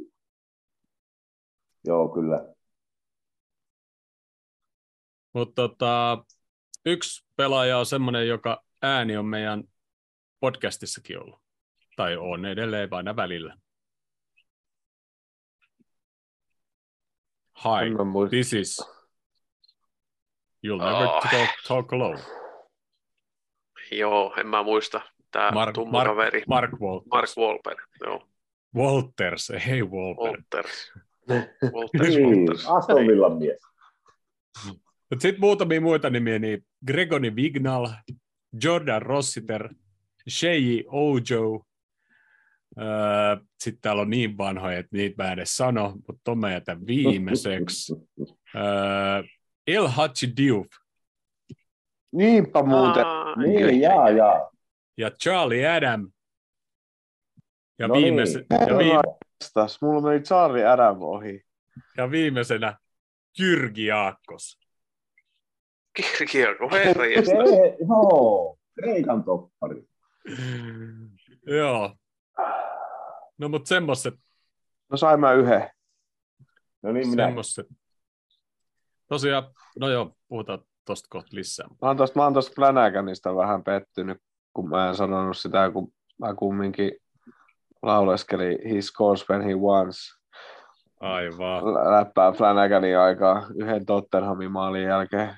Joo, kyllä. Mutta yksi pelaaja on semmoinen, joka ääni on meidän podcastissakin ollut. Tai on edelleen aina välillä. Hi, this is... You'll never talk alone. Joo, en mä muista. Tämä tumma kaveri. Mark Wahlberg. Joo. Walters, ei Wahlberg. Walters. Aston Villan mies. Sitten muutamia muita nimiä, niin Gregori Vignal, Jordan Rossiter, Sheyi Ojo. Sitten täällä on niin vanhoja, että niitä mä en edes sano, mutta ton mä jätän viimeiseksi. El Hadji Diouf. Niinpä muuten. Niin, jaa. Ja Charlie Adam. Ja, No Vastas. Mulla meni Charlie Adam ohi. ja viimeisenä Kyrgi Jaakkos. Kirkiako herjesta. Joo, Kreikan toppari. Joo. No mut semmoset. No sain mä yhden. No niin, minä. Semmoset. Tosiaan, no joo, puhutaan tosta kohta lisää. Mä oon tosta Flanaganista vähän pettynyt, kun mä en sanonut sitä, kun mä kumminkin lauleskelin He scores when he wants. Aivan. Läppää Flanaganin aikaa yhden Tottenhamin maalin jälkeen.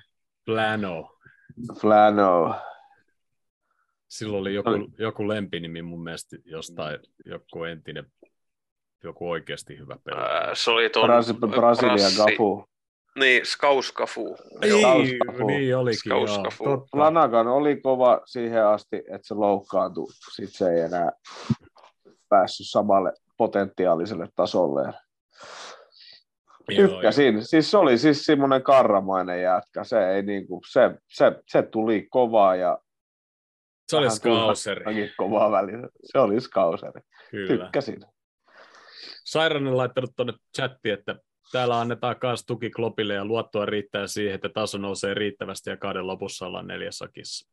Flano. Silloin oli joku lempinimi mun mielestä jostain, joku entinen, joku oikeasti hyvä peli. Se oli ton Brasilia Gafu. Niin, Skauskafu. Niin olikin, Skauskafu. joo. Flanagan oli kova siihen asti, että se loukkaantui. Sitten se ei enää päässyt samalle potentiaaliselle tasolle. Tykkäsin. Siis se oli siis semmoinen karramainen jätkä. Se ei niinku, se tuli kovaa ja se oli skauseri. Kovaa välillä. Se oli skauseri. Kyllä. Tykkäsin. Sairanen laittanut tuonne chattiin, että täällä annetaan myös tuki Kloppille ja luottoa riittää siihen, että taso nousee riittävästi ja kauden lopussa ollaan 4 sakissa.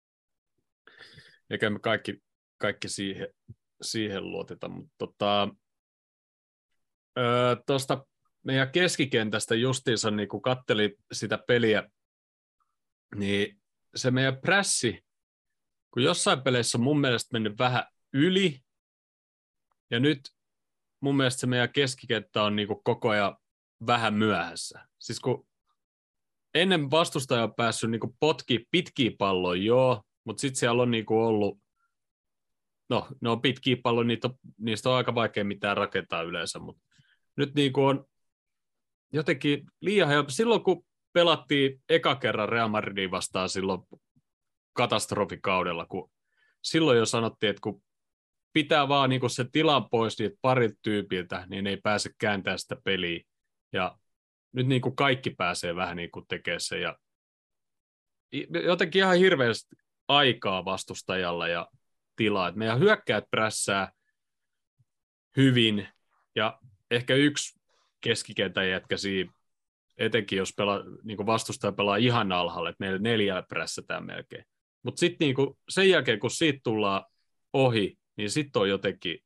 Eikä me kaikki siihen luoteta, mutta tuosta meidän keskikentästä justiinsa, niin kun katteli sitä peliä, niin se meidän prässi, kun jossain peleissä on mun mielestä mennyt vähän yli, ja nyt mun mielestä se meidän keskikenttä on niin kuin koko ajan vähän myöhässä. Siis kun ennen vastustaja on päässyt niin kuin potkiin pitkiä palloja, joo, mutta sitten siellä on niin kuin ollut, no ne on pitkiä palloja, niistä on aika vaikea mitään rakentaa yleensä, mutta nyt niin kuin on jotenkin liian helppo. Silloin kun pelattiin eka kerran Real Madridin vastaan silloin katastrofikaudella, kun silloin jo sanottiin, että kun pitää vaan niin se tilan pois niitä parit tyypiltä, niin ei pääse kääntämään sitä peliä. Ja nyt niin kuin kaikki pääsee vähän niin kuin tekemään se. Ja jotenkin ihan hirveästi aikaa vastustajalla ja tilaa. Et meidän hyökkäät prässää hyvin. Ja ehkä yksi keskikentän jätkä siinä, etenkin jos niin vastustaja pelaa ihan alhaalla, että meillä 4 prässätään melkein. Mutta sitten niin sen jälkeen, kun siitä tullaan ohi, niin sitten on jotenkin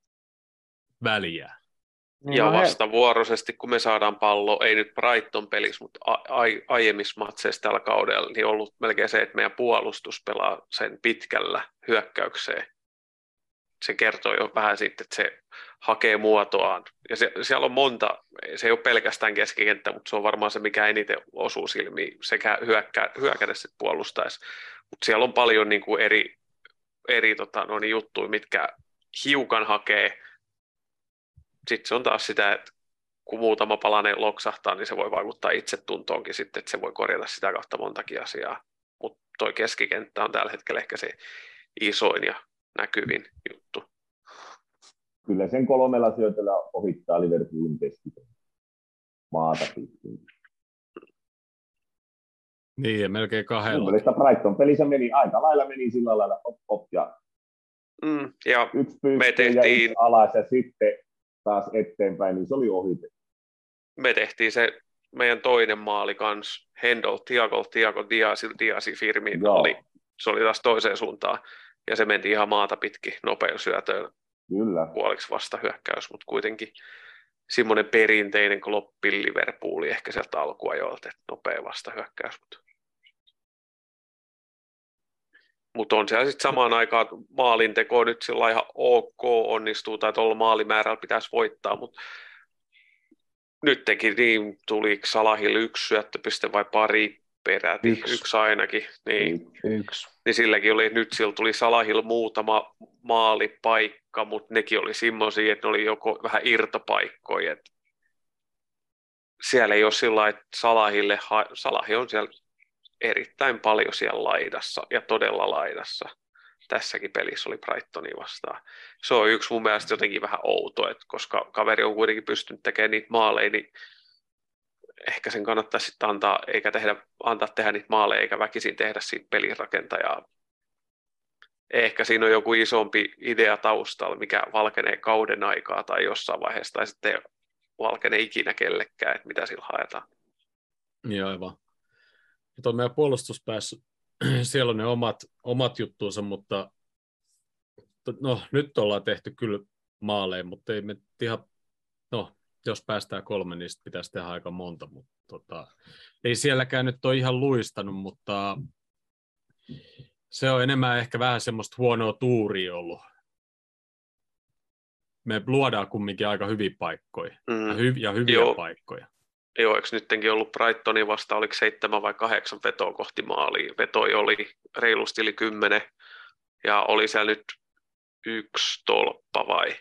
väliä. Ja vastavuoroisesti, kun me saadaan pallo, ei nyt Brighton pelissä, mutta aiemmissa matseissa tällä kaudella, niin on ollut melkein se, että meidän puolustus pelaa sen pitkällä hyökkäykseen. Se kertoo jo vähän sitten, että se hakee muotoaan. Ja siellä on monta, se ei ole pelkästään keskikenttä, mutta se on varmaan se, mikä eniten osuu silmiin sekä hyökädessä että puolustaessa. Mutta siellä on paljon niin kuin eri juttuja, mitkä hiukan hakee. Sitten se on taas sitä, että kun muutama palanen loksahtaa, niin se voi vaikuttaa itsetuntoonkin sitten, että se voi korjata sitä kautta montakin asiaa. Mutta toi keskikenttä on tällä hetkellä ehkä se isoin ja näkyvin juttu. Kyllä sen 3 syötöllä ohittaa Liverpoolin keskikenttä. Maata pitkin. Niin, ja melkein 2. Mun mielestä Brighton pelissä meni aika lailla sillä lailla op ja yksi pystyy ja yksi alas ja sitten taas eteenpäin, niin se oli ohitettu. Me tehtiin se meidän toinen maali kans, Hendel, Thiago Diasi Firmin se oli taas toiseen suuntaan, ja se menti ihan maata pitkin nopein syötöön. Kyllä. Puoliksi vastahyökkäys, mutta kuitenkin semmoinen perinteinen Kloppin Liverpooli ehkä sieltä alkuajoilta, että nopea vastahyökkäys. Mutta on siellä sitten samaan aikaan maalinteko nyt sillä ihan ok onnistuu, tai tuolla maalimäärällä pitäisi voittaa, mutta nyt niin tuli Salahille 1 syöttöpiste vai pari peräti, 1 ainakin, niin. 1. Niin silläkin oli, nyt sillä tuli Salahille muutama maalipaikka, mutta nekin oli semmoisia, että ne oli joko vähän irtopaikkoja, että siellä ei ole sillä lailla, että Salahi on siellä erittäin paljon siellä laidassa ja todella laidassa. Tässäkin pelissä oli Brightonia vastaan. Se on yksi mun mielestä jotenkin vähän outo, että koska kaveri on kuitenkin pystynyt tekemään niitä maaleja, niin ehkä sen kannattaisi sitten antaa tehdä niitä maaleja, eikä väkisin tehdä siitä pelirakentajaa. ehkä siinä on joku isompi idea taustalla, mikä valkenee kauden aikaa tai jossain vaiheessa, tai sitten ei valkenee ikinä kellekään, että mitä sillä haetaan. Niin aivan. Tuo meidän puolustuspäässä, siellä on ne omat juttuunsa, mutta no, nyt ollaan tehty kyllä maaleja, mutta ei me ihan, no, jos päästään 3, niin pitäisi tehdä aika monta, mutta ei sielläkään nyt ole ihan luistanut, mutta se on enemmän ehkä vähän semmoista huonoa tuuria ollut. Me luodaan kumminkin aika hyviä paikkoja ja hyviä paikkoja. Joo, eikö nyttenkin ollut Brightonin vasta, oliko 7 vai 8 vetoa kohti maalia? Vetoja oli reilusti yli 10 ja oli siellä nyt 1 tolppa vai?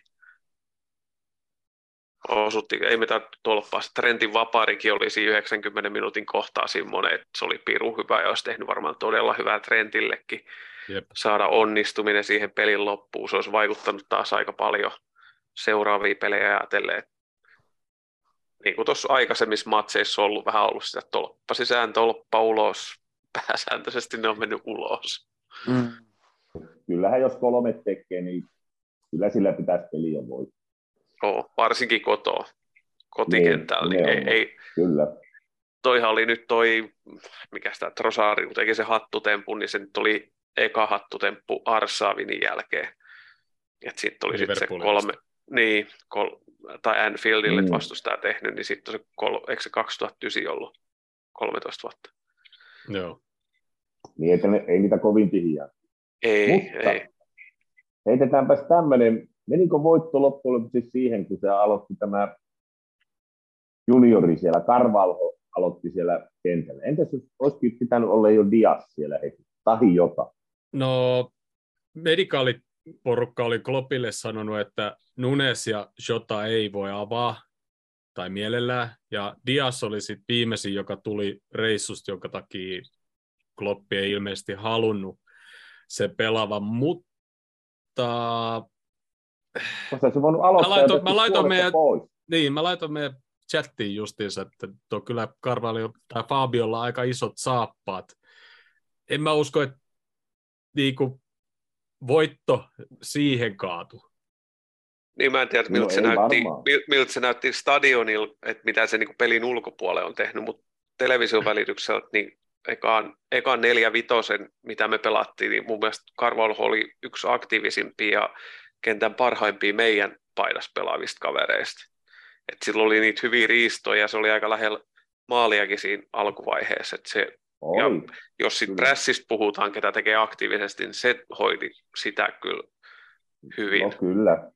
Ei mitään tolppaa. Trentin vapaarikin oli siinä 90 minuutin kohtaa semmoinen, että se oli pirun hyvä ja olisi tehnyt varmaan todella hyvää Trentillekin. Jep. Saada onnistuminen siihen pelin loppuun. Se olisi vaikuttanut taas aika paljon seuraavia pelejä ajatellen. Niin kuin tuossa aikaisemmissa matseissa on vähän ollut sitä tolppa sisään, tolppa ulos. Pääsääntöisesti ne on mennyt ulos. Kyllähän jos 3 tekee, niin kyllä sillä pitäisi peliä voittaa. Varsinkin kotikentällä. Niin ei, kyllä. Toihan oli nyt mikä sitä Trossard teki se hattutemppu, niin se nyt oli eka hattutemppu Arshavinin jälkeen. Että sitten oli sitten se 3, tai Anfieldille vastustaja tehnyt, niin sitten eikö se 2009 ollut 13 vuotta? Joo. Niin, että ei niitä kovin tihiä. Ei. Heitetäänpäs tämmöinen, menikö voitto loppujen lopuksi siihen, kun se aloitti tämä juniori siellä, Carvalho aloitti siellä kentällä. Entäs jos olisikin pitänyt olla jo Diaz siellä heti, tahi jota? No, medikaaliporukka oli Kloppille sanonut, että Nunes ja Jota ei voi avaa, tai mielellään, ja Diaz oli sitten viimeisin, joka tuli reissusta, jonka takia Kloppi ei ilmeisesti halunnut se pelaavan, mutta mä laitoin meidän chattiin justiinsa, että tuo kyllä Carvalho tai Fabiolla aika isot saappaat. En mä usko, että niinku voitto siihen kaatu. Niin mä en tiedä, miltä se näytti stadionilla, että mitä se niinku pelin ulkopuolelle on tehnyt, mutta television välityksellä, niin ekaan 4-5, mitä me pelattiin, niin mun mielestä Carvalho oli yksi aktiivisimpia ja kentän parhaimpia meidän paidassa pelaavista kavereista. Et sillä oli niitä hyviä riistoja ja se oli aika lähellä maaliakin siinä alkuvaiheessa. Ja jos sitten prässistä puhutaan, ketä tekee aktiivisesti, niin se hoiti sitä kyllä hyvin. No kyllä.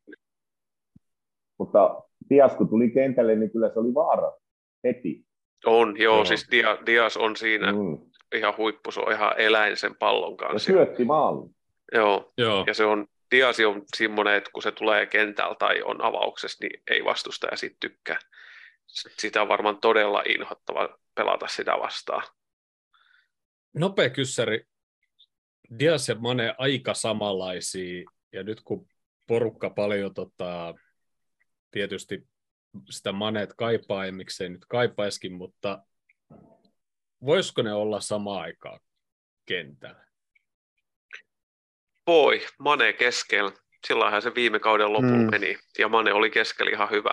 Mutta Diaz kun tuli kentälle, niin kyllä se oli vaara heti. Joo. Siis Diaz on siinä ihan huippu, se on ihan eläin sen pallon kanssa. Ja syötti maalin. Joo. Ja se on, Diaz on semmoinen, että kun se tulee kentällä tai on avauksessa, niin ei vastustaja siitä tykkää. Sitä on varmaan todella inhottava pelata sitä vastaan. Nopea kyssäri. Diaz ja Mane aika samanlaisia, ja nyt kun porukka paljon tietysti sitä Maneet kaipaa, ja miksei nyt kaipaiskin, mutta voisiko ne olla samaan aikaan kentällä? Voi, Mane keskellä. Silloinhan se viime kauden lopulla meni, ja Mane oli keskellä ihan hyvä.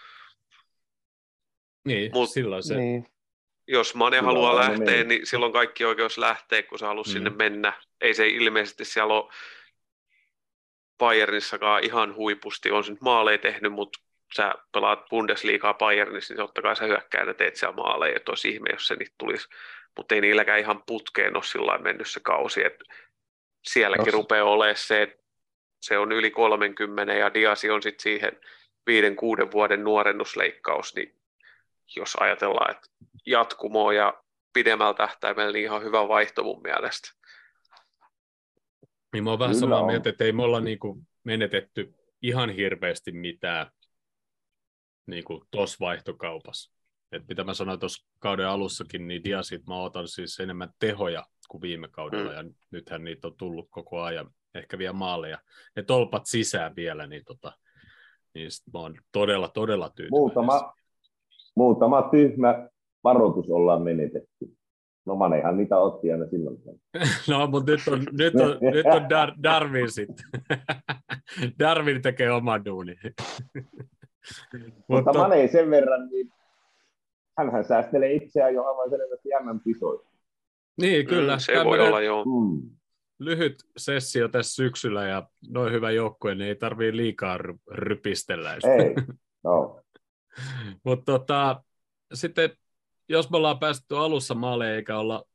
Niin, silloin se... Niin. Jos Mane haluaa lähteä, niin silloin kaikki oikeus lähteä, kun se haluaa sinne mennä. Ei se ilmeisesti siellä ole Bayernissakaan ihan huipusti. On se nyt maaleja tehnyt, mutta sä pelaat Bundesliigaa Bayernissa, niin totta kai sä hyökkäät ja teet siellä maaleja. Et olisi ihme, jos se niitä tulisi. Mutta ei niilläkään ihan putkeen ole sillä mennyt se kausi. Et sielläkin rupeaa olemaan se, että se on yli 30 ja Diaz on sitten siihen 5-6 vuoden nuorennusleikkaus, niin jos ajatellaan, että jatkumoa ja pidemmällä tähtäimellä, niin ihan hyvä vaihto mun mielestä. Niin mä oon vähän samaa mieltä, että ei me olla niinku menetetty ihan hirveästi mitään niinku tuossa vaihtokaupassa. Et mitä mä sanoin tuossa kauden alussakin, niin Diazit mä otan siis enemmän tehoja kuin viime kaudella, ja nythän niitä on tullut koko ajan, ehkä vielä maaleja. Ne tolpat sisään vielä, niin mä oon todella tyytyväinen. Muutama tyhmä varoitus ollaan menetetty. No Manehan niitä otti aina silloin. No, mutta nyt on Darwin sitten. Darwin tekee oman duunin. Mutta Mane sen verran, niin hänhän säästelee itseään jo aivan selvästi MM-kisoissa. Niin, kyllä. Se voi olla, joo. Lyhyt sessio tässä syksyllä ja noin hyvä joukkue, niin ei tarvitse liikaa rypistellä. Ei, no. Mutta sitten, jos me ollaan päästy alussa maaleen eikä olla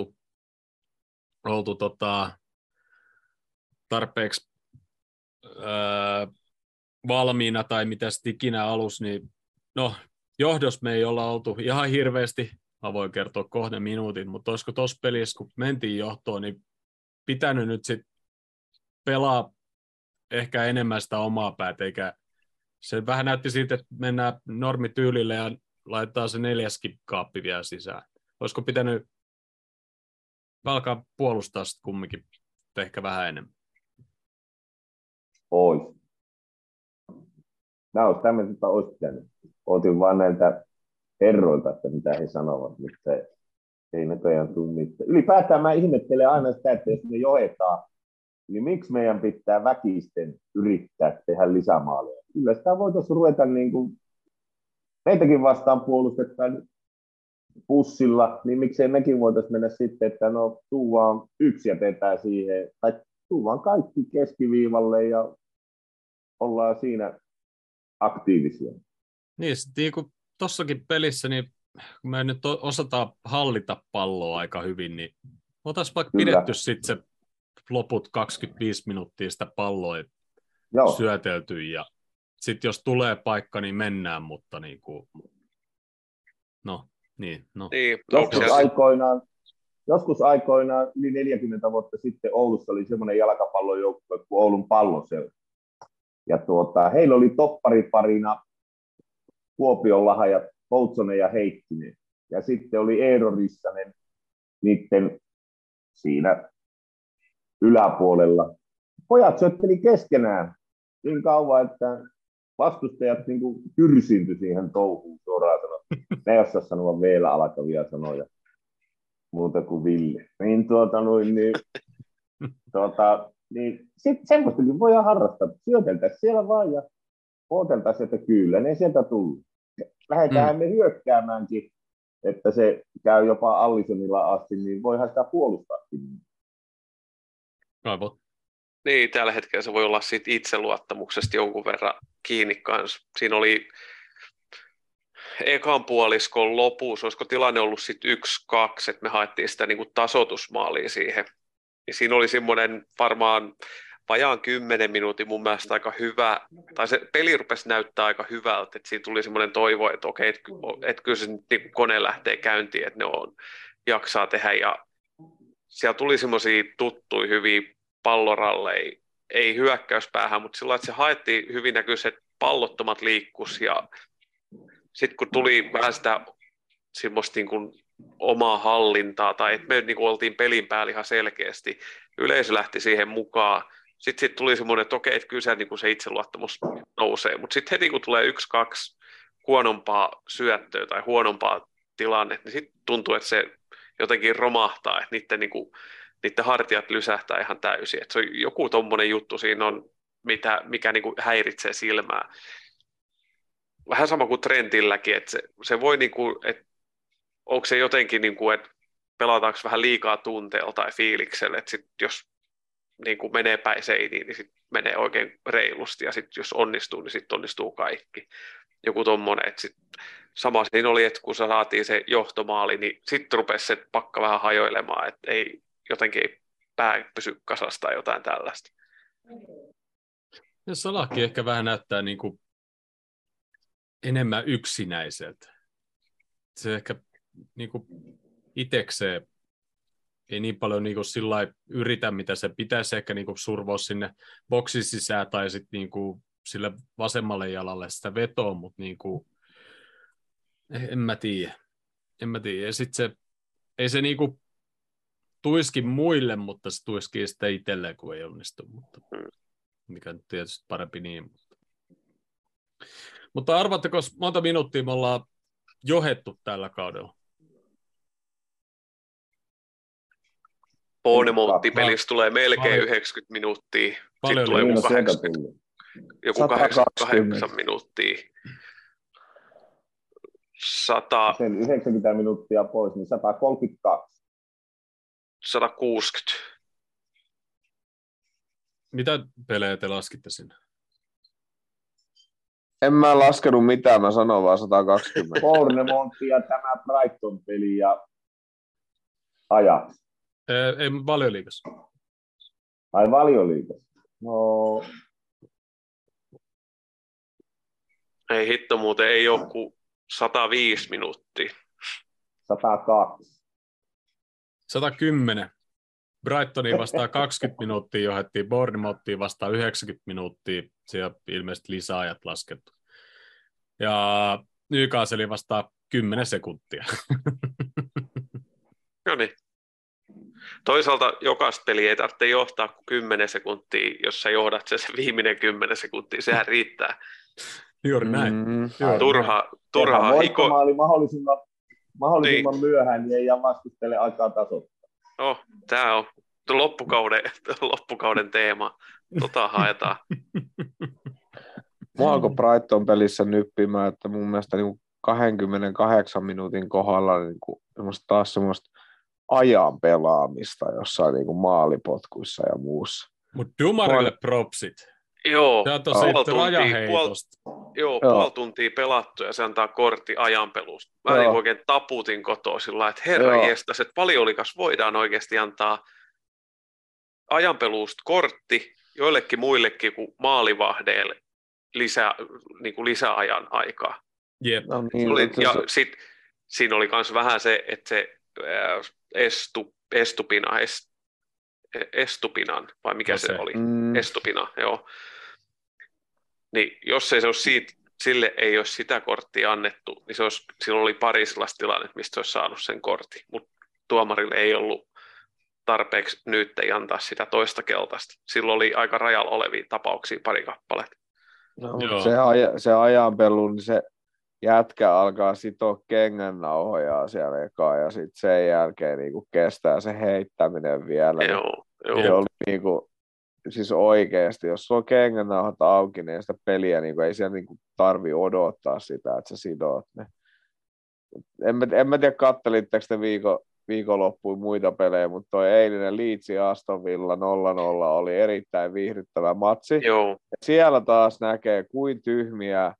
oltu tarpeeksi valmiina tai mitä sitten ikinä alus, niin no, johdos me ei olla oltu ihan hirveästi, mä voin kertoa kohden minuutin, mutta olisiko tuossa pelissä, kun mentiin johtoon, niin pitänyt nyt sitten pelaa ehkä enemmän sitä omaa päätä, eikä se vähän näytti siitä, että mennään normityylille ja laitetaan se 4. kaappi vielä sisään. Olisiko pitänyt alkaa puolustaa sitten kumminkin ehkä vähän enemmän? Ois. Nämä olisi tämmöiset, olisi pitänyt. Otin vaan näiltä herroilta, että mitä he sanovat, mutta ei näköjään tule mitään. Ylipäätään mä ihmettelen aina sitä, että jos me johetaan, niin miksi meidän pitää väkisten yrittää tehdä lisämaaleja? Kyllä sitä voitaisiin ruveta niin kuin meitäkin vastaan puolustetaan pussilla, niin miksei mekin voitaisiin mennä sitten, että no tuu vaan yksi jätetään siihen, tai tuu vaan kaikki keskiviivalle ja ollaan siinä aktiivisia. Niin kuin tuossakin pelissä, niin kun me nyt osataan hallita palloa aika hyvin, niin oltaisiin vaikka pidetty sitten se loput 25 minuuttia sitä palloa syötelty, ja sitten jos tulee paikka, niin mennään, mutta niin kuin, niin. Joskus aikoinaan, yli 40 vuotta sitten Oulussa oli semmoinen jalkapallojoukkue kuin Oulun Palloseura. Ja heillä oli toppariparina Kuopion lahjat Poutsonen ja Heikkinen. Ja sitten oli Eero Rissanen niiden siinä yläpuolella. Pojat syötteli keskenään niin kauan, että vastustajat niin kuin kyrsiintyi siihen touhuun suoraan sanoen. Ne ei osaa sanoa vielä alkavia sanoja muuta kuin Ville. Niin sitten semmoistakin voidaan harrastaa. Syöteltäisiin siellä vaan ja odoteltaisiin, että kyllä ne sieltä tullut. Lähdetään me hyökkäämäänkin, että se käy jopa Allisonilla asti, niin voihan sitä puolustaakin. Aivan. Niin, tällä hetkellä se voi olla siitä itseluottamuksesta jonkun verran kiinni kanssa. Siinä oli ekan puoliskon lopussa, olisiko tilanne ollut sitten 1-2, että me haettiin sitä niin kuin tasoitusmaalia siihen. Ja siinä oli semmoinen varmaan vajaan 10 minuutin mun mielestä aika hyvä, tai se peli rupesi näyttää aika hyvältä, että siinä tuli semmoinen toivo, että okei, että kyllä se niin kone lähtee käyntiin, että ne jaksaa tehdä, ja siellä tuli semmoisia tuttuja hyviä palloralleja, ei hyökkäyspäähän, mutta sillä lailla, että se haettiin hyvin näköiset pallottomat liikkus, ja sitten kun tuli vähän sitä semmoista niin kuin omaa hallintaa, tai että me niin kuin oltiin pelin päällä ihan selkeästi, yleisö lähti siihen mukaan, sitten tuli semmoinen, että okei, että kyllä se, niin kuin se itseluottamus nousee, mutta sitten heti kun tulee 1-2 huonompaa syöttöä tai huonompaa tilannetta, niin sitten tuntuu, että se jotenkin romahtaa, että niiden hartiat lysähtää ihan täysin, että se on joku tommoinen juttu siinä on, mikä niin kuin häiritsee silmää. Vähän sama kuin Trentilläkin, että se voi, niin kuin, että onko se jotenkin, niin kuin, että pelataanko vähän liikaa tunteella tai fiiliksellä, että sit jos niin kuin menee päin seiniin, niin sit menee oikein reilusti, ja sitten jos onnistuu, niin sitten onnistuu kaikki. Joku tommoinen, että sama siinä oli, että kun saatiin se johtomaali, niin sitten rupesi se pakka vähän hajoilemaan, että ei jotenkin pää pysy kasassa tai jotain tällaista. Ja Salahkin ehkä vähän näyttää niin kuin enemmän yksinäiseltä. Se ehkä niin kuin itsekseen ei niin paljon niin kuin sillai yritä, mitä se pitäisi ehkä niin kuin survoa sinne boksin sisään tai sitten niin kuin sille vasemmalle jalalle sitä vetoa, mutta niin kuin, en mä tiedä. Ja sitten se, ei se niin kuin tuiski muille, mutta se tuiski sitä itselleen, kun ei onnistu. Mikä nyt tietysti parempi niin. Mutta arvatteko, monta minuuttia me ollaan johettu tällä kaudella? Bournemouth-pelissä tulee melkein Paljon- 90 minuuttia. paljon Sitten tulee Niin, joku, no sieltä 80, tullut. joku 120. 88 minuuttia. 100, Sen 90 minuuttia pois, niin 132. 160. Mitä pelejä te laskitte sinne? En mä laskenut mitään, mä sanon vaan 120. Bournemouth ja tämä Brighton-peli ja Ajax. Ei Valioliigassa. Ai Valioliigassa. No, Ei hitto, muuten ei ole kuin 105 minuuttia. 102. 110. Brightoniin vastaan 20 minuuttia johdettiin, Bournemouthiin vastaan 90 minuuttia, siellä ilmeisesti lisäajat laskettu. Ja Newcastle vastaan 10 sekuntia. No niin. Toisaalta jokaista peliä ei tarvitse johtaa kuin 10 sekuntia, jos sä johdat se viimeinen 10 sekuntia, sehän riittää. Juuri näin. Juuri Turha voittomaali mahdollisimman myöhään, niin ei jää vastustele aikaa tasoittaa. No, tämä on loppukauden teema. Haetaan. Mua alkoi Brighton pelissä nyppimään, että mun mielestä niin 28 minuutin kohdalla niin taas semmoista ajan pelaamista jossain niin maalipotkuissa ja muussa. Mutta Dumarille propsit. Joo, Tämä on tosi rajaheitosta. Puoli tuntia pelattu ja se antaa kortti ajanpelusta. Mä oikein taputin kotoa sillä lailla, että herra jestas, että Valioliigassa voidaan oikeasti antaa ajanpelusta kortti joillekin muillekin kuin maalivahdeille lisäajan aikaa. Jep. No niin, Ja sitten siinä oli myös vähän se, että se Estupinan, vai mikä se oli? Estupina, joo. Niin jos ei se olisi sille ei olisi sitä korttia annettu, niin silloin oli pari sellaista tilannetta, mistä se olisi saanut sen kortin, mutta tuomarille ei ollut tarpeeksi nyt ei antaa sitä toista keltaista. Silloin oli aika rajalla olevia tapauksia pari kappaletta. No, se ajanpelu, niin se jätkä alkaa sitoa kengännauhojaa siellä ekaa ja sitten sen jälkeen niin kestää se heittäminen vielä. Joo. Se oli niin kuin, siis oikeasti, jos sulla on kengännauhat auki, niin sitä peliä niin kuin, ei siellä niin tarvitse odottaa sitä, että sä sidot ne. En mä tiedä, kattelitteko te viikonloppuun muita pelejä, mutta toi eilinen Leedsin Aston Villa 0-0 oli erittäin viihdyttävä matsi. Joo. Ja siellä taas näkee, kuin tyhmiä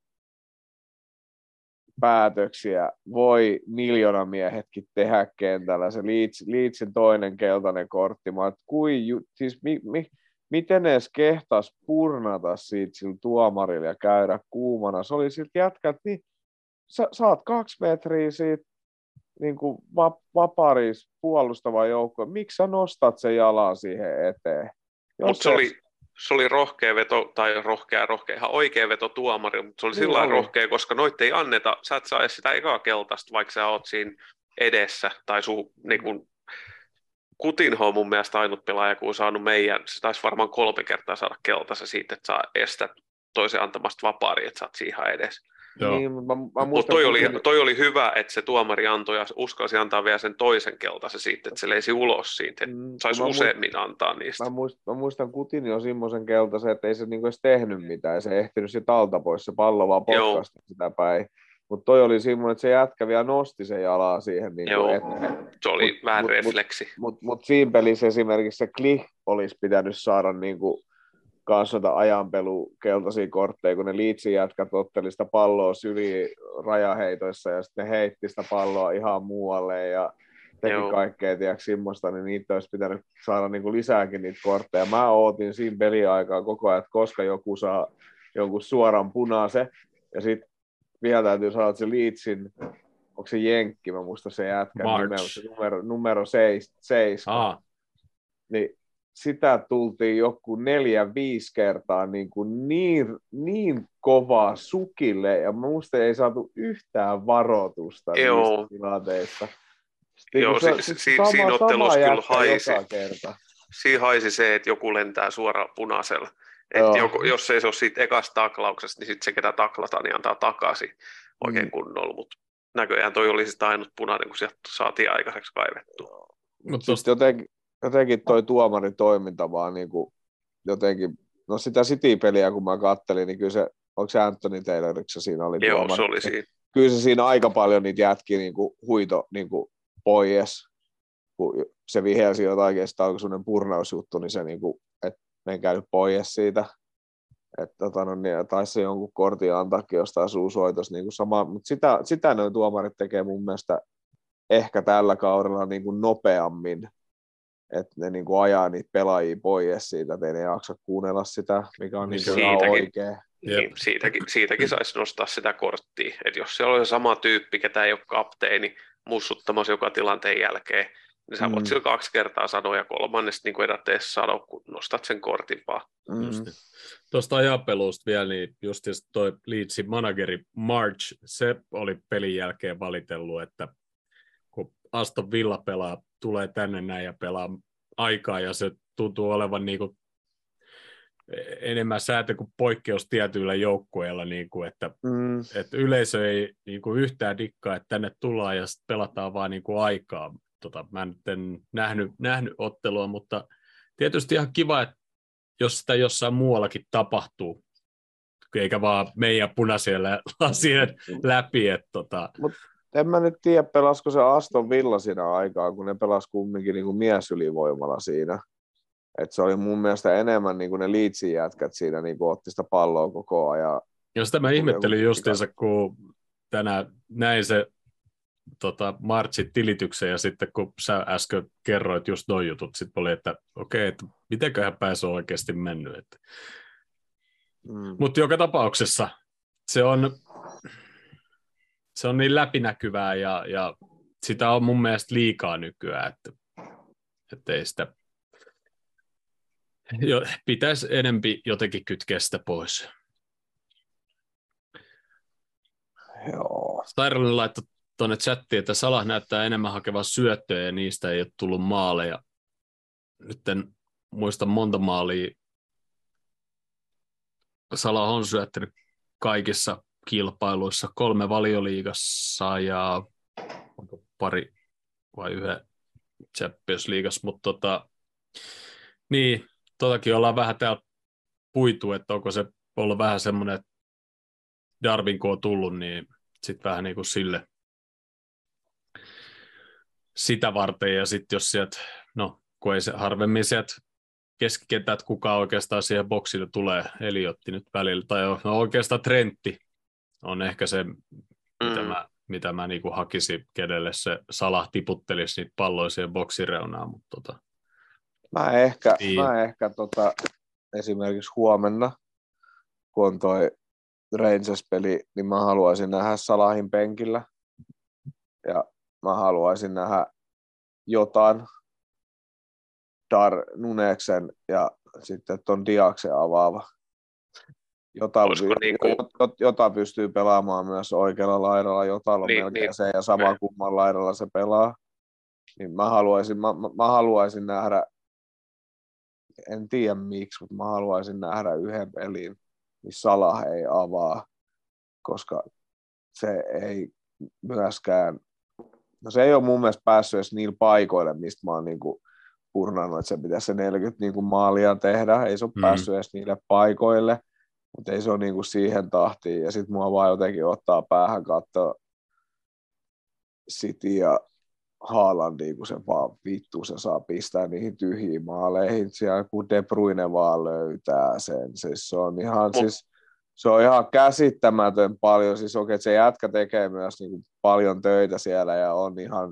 päätöksiä voi miljoonamiehetkin tehdä kentällä. Se Leedsin toinen keltainen kortti. Miten edes kehtas purnata siitä sillä tuomarilla ja käydä kuumana? Se oli siltä jätkät, niin sä oot 2 metriä siitä niin kuin vaparis puolustava joukko. Miksi sä nostat sen jalan siihen eteen? Mutta se oli rohkea veto, tai ihan oikea veto tuomari, mutta se oli sillä lailla rohkea, koska noit ei anneta, sä et saa edes sitä ekaa keltaista, vaikka sä oot siinä edessä, tai niin Coutinho on mun mielestä ainut pelaaja, kun on saanut se taisi varmaan 3 kertaa saada keltaisen siitä, että saa estää toisen antamasta vapaaria, että sä oot siihen edessä. Niin, mutta toi oli hyvä, että se tuomari antoi ja uskalsi antaa vielä sen toisen keltaisen siitä, että se leisi ulos siitä, että saisi useammin antaa niistä. Mä muistan Coutinho semmoisen keltaisen, että ei se niinku edes tehnyt mitään, ei se ehtinyt sit alta pois, se pallo vaan potkasti sitä päin. Mutta toi oli semmoinen, että se jätkä vielä nosti sen jalaa siihen niinku eteen. Se oli vähän refleksi. Mutta siinä pelissä esimerkiksi se Klich olisi pitänyt saada niinku kanssa ajanpelu keltaisia kortteja, kun ne Leedsin jätkät otteli sitä palloa syliin rajaheitoissa ja sitten ne heitti sitä palloa ihan muualle ja teki kaikkea, tiedätkö, semmoista, niin niitä olisi pitänyt saada niin kuin lisääkin niitä kortteja. Mä ootin siinä peliaikaa koko ajan, että koska joku saa jonkun suoran punaisen ja sitten vielä täytyy saada, että se Leedsin, onko se Jenkki, mä muistan se jätkä, numero 7. Niin sitä tultiin joku 4-5 kertaa niin kovaa sukille, ja musta ei saatu yhtään varoitusta niistä tilanteista. Joo, siinä ottelussa kyllä haisi. Siinä haisi se, että joku lentää suoraan punaisella. Jos ei se ole siitä ekasta taklauksesta, niin sitten se, ketä taklataan, niin antaa takaisin oikein kunnolla. Mutta näköjään toi oli sitä ainut punainen, kun sieltä saatiin aikaiseksi kaivettua. Mutta jotenkin jotenkin toi tuomarin toiminta vaan niin kuin jotenkin, no sitä City-peliä kun mä kattelin, niin kyllä se, onko se Anthony Tayloriksi siinä oli Joo, tuomari? se oli siinä. Kyllä se siinä aika paljon niitä jätkiä niin kuin huito niin kuin pois, kun se vihelsi jotain oikeastaan, alkoi sellainen purnausjuttu, niin se niin kuin, että menkää nyt pois siitä. Että niin, taisi se jonkun kortin antaakin jostain suusoitossa niin kuin sama, mutta sitä noin tuomarit tekee mun mielestä ehkä tällä kaudella niin kuin nopeammin, että ne niin kuin ajaa niitä pelaajia pois siitä, että ei ne jaksa kuunnella sitä, mikä on niin kuin ihan oikein. Niin, siitäkin saisi nostaa sitä korttia, että jos siellä on sama tyyppi, ketä ei ole kapteeni, mussuttamassa joka tilanteen jälkeen, niin sä voit sillä 2 kertaa sanoa ja kolmannesta niin edä tee sanoa, kun nostat sen kortin vaan. Tuosta ajapelusta vielä, niin just toi Leedsin manageri March, se oli pelin jälkeen valitellut, että kun Aston Villa tulee tänne näin ja pelaa aikaa, ja se tuntuu olevan niin kuin enemmän sääntö kuin poikkeus tietyillä joukkueilla, niin kuin, että yleisö ei niin kuin yhtään dikkaa, että tänne tullaan ja sitten pelataan vaan niin kuin aikaa. Mä en nähnyt ottelua, mutta tietysti ihan kiva, että jos sitä jossain muuallakin tapahtuu, eikä vaan meidän punaisien lasien läpi. Mut en mä nyt tiedä, pelasko se Aston Villa siinä aikaa, kun ne pelasi kumminkin niin kuin miesylivoimalla siinä. Et se oli mun mielestä enemmän niin kuin ne Leedsin jätkät siinä niin kuin otti sitä palloa koko ajan. Ja sitä mä ihmettelin justiinsa, kun tänään näin se Marchin tilityksen, ja sitten kun sä äsken kerroit just noi jutut, sitten oli, että okei, että mitenköhän pääsi on oikeasti mennyt. Mutta joka tapauksessa se on niin läpinäkyvää, ja sitä on mun mielestä liikaa nykyään, että ei sitä pitäisi enempi jotenkin kytkeä sitä pois. Joo. Styrelin laittoi tuonne chattiin, että Salah näyttää enemmän hakevan syöttöjä ja niistä ei ole tullut maaleja. Nyt en muista monta maalia. Salah on syöttänyt kaikissa kilpailuissa, 3 Valioliigassa ja onko pari vai 1 Champions Leagueassa, mutta niin, totakin ollaan vähän täällä puitu, että onko se ollut vähän semmoinen, että Darwin kun on tullut, niin sitten vähän niin kuin sille sitä varten, ja sitten jos sieltä, no kun ei se harvemmin sieltä keskikentät kukaan oikeastaan siihen boksille tulee, Eliotti nyt välillä, tai no oikeastaan Trentti on ehkä se, mitä mä niin kuin hakisin, kenelle se Salah tiputtelisi niitä palloja siihen boksireunaan, mutta Mä ehkä esimerkiksi huomenna, kun on toi Rangers-peli, niin mä haluaisin nähdä Salahin penkillä. Ja mä haluaisin nähdä jotain Nuneksen ja sitten ton Diaksen avaava. Jota pystyy pelaamaan myös oikealla laidalla, Jotalla on melkein se ja sama kumman laidalla se pelaa. Niin mä haluaisin nähdä, en tiedä miksi, mutta mä haluaisin nähdä yhden pelin, missä Salah ei avaa, koska se ei myöskään, no se ei ole mun mielestä päässyt edes niillä paikoille, mistä mä oon niinku purnannut, että se pitäisi se 40 niinku maalia tehdä, ei se ole päässyt edes niille paikoille, mutta ei se ole niinku siihen tahtiin, ja sitten mua vaan jotenkin ottaa päähän katsoa City ja Haalandia, kun se vaan vittu, se saa pistää niihin tyhjiin maaleihin, siellä kun De Bruyne vaan löytää sen, siis se on ihan käsittämätön paljon, siis okei, että se jätkä tekee myös niin kuin paljon töitä siellä ja on ihan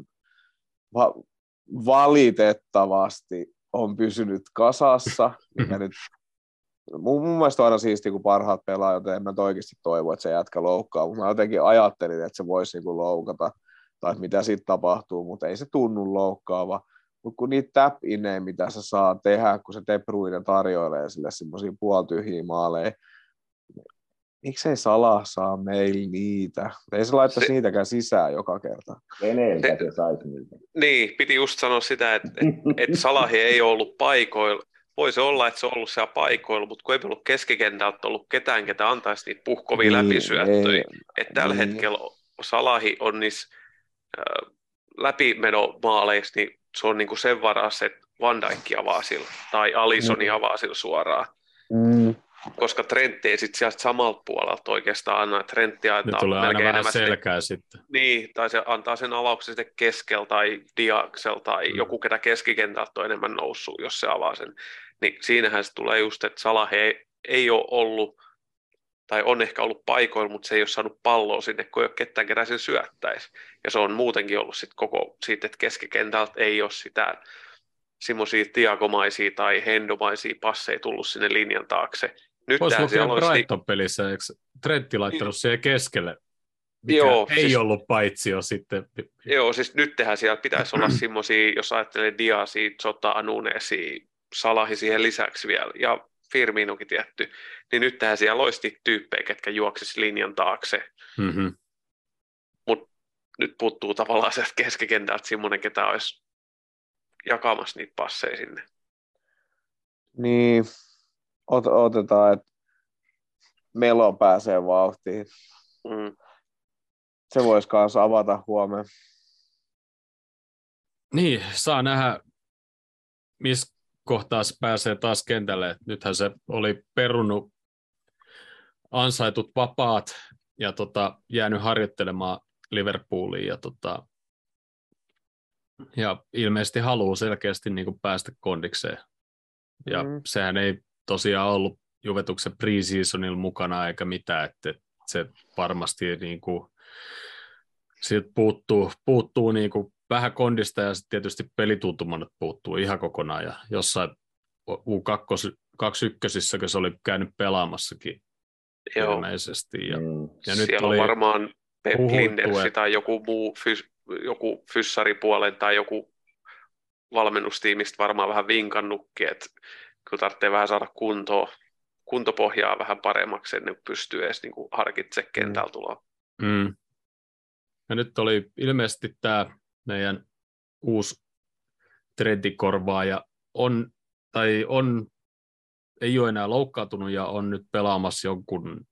valitettavasti on pysynyt kasassa, mikä nyt mun mielestä on aina siistiä, kun parhaat pelaajat, joten en mä oikeasti toivo, että se jätkä loukkaa, mutta mä jotenkin ajattelin, että se voisi niin kuin loukata, tai mitä sitten tapahtuu, mutta ei se tunnu loukkaava. Mutta kun niitä tap-inejä, mitä se saa tehdä, kun se De Bruyne tarjoilee sille semmoisia puoltyhjiä maaleja, miksei Salah saa meillä niitä? Ei se laittaisi niitäkään sisään joka kerta. Keneltä se saisi niitä? Niin, piti just sanoa sitä, että Salah ei ollut paikoilla. Voisi olla, että se on ollut siellä paikoilla, mutta kun ei ollut keskikentältä ollut ketään, ketä antaisi niitä puhkovia läpisyöttöjä. Että tällä hetkellä Salahi on niissä läpimenomaaleissa, niin se on niinku sen varassa, että Van Dijk avaa sillä, tai Alisson avaa sillä suoraan. Koska Trentti ei sitten sieltä samalta puolelta oikeastaan anna. Trentti Ne antaa tulee aina melkein vähän enemmän selkää sitten. niin, tai se antaa sen avauksen sitten keskellä tai Diaksella tai joku, ketä keskikentältä on enemmän noussut, jos se avaa sen. Niin siinähän se tulee just, että Salah ei ole ollut, tai on ehkä ollut paikoilla, mutta se ei ole saanut palloa sinne, kun ei ole ketään, ketä sen syöttäisi. Ja se on muutenkin ollut sitten koko siitä, että keskikentältä ei ole sitä semmoisia Thiago-maisia tai Hendo-maisia passeja tullut sinne linjan taakse. Nyt Voisi lukea siellä olisi Brighton-pelissä, eikö Trentti laittanut siihen keskelle, mikä Joo, ei siis ollut paitsio sitten. Joo, siis nythän siellä pitäisi olla semmoisia, jos ajattelee Diasia, Jota, Nunesia, Salahi siihen lisäksi vielä, ja Firminokin tietty, niin nythän siellä olisi tyyppejä, ketkä juoksisi linjan taakse. Mm-hmm. Mutta nyt puuttuu tavallaan sieltä keskikentältä semmoinen, ketä olisi jakamassa niitä passeja sinne. Niin, otetaan, että Melo pääsee vauhtiin. Se voisi kanssa avata huomenna. Niin, saa nähdä, missä kohtaa se pääsee taas kentälle. Nythän se oli perunut ansaitut vapaat ja jäänyt harjoittelemaan Liverpooliin ja ilmeisesti haluaa selkeästi niin kuin päästä kondikseen. Ja sehän ei tosiaan ollut Juventuksen pre-seasonilla mukana eikä mitään, että se varmasti niin kuin, siitä puuttuu niin kuin vähän kondista ja sitten tietysti pelituntumat puuttuu ihan kokonaan ja jossain U21, kun se oli käynyt pelaamassakin ilmeisesti. Ja nyt siellä oli on varmaan Pep Lindersi että tai joku muu joku fyssaripuolen tai joku valmennustiimistä varmaan vähän vinkannutkin, että kyllä tarvitsee vähän saada kuntopohjaa vähän paremmaksi ennen kuin pystyy edes niin kuin harkitsemaan kentällä tuloa. Ja nyt oli ilmeisesti tämä meidän uusi trendikorvaaja ei ole enää loukkaantunut ja on nyt pelaamassa jonkun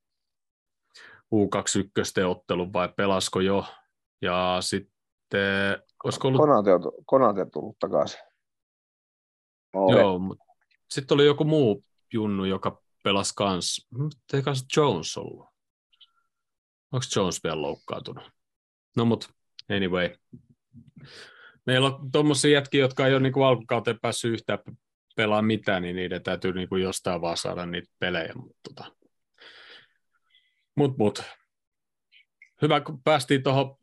U21-ottelun vai pelasko jo. Ja sitten olisiko ollut... Konate on tullut takaisin. Joo, mutta sitten oli joku muu junnu, joka pelasi kanssa. Eikä se Jones ollut. Onko Jones vielä loukkaantunut? No mut, anyway. Meillä on tommosia jätkiä, jotka ei ole niinku alkukauteen päässyt yhtään pelaa mitään, niin niiden täytyy niinku jostain vaan saada niitä pelejä. Mut. Hyvä, kun päästiin tuohon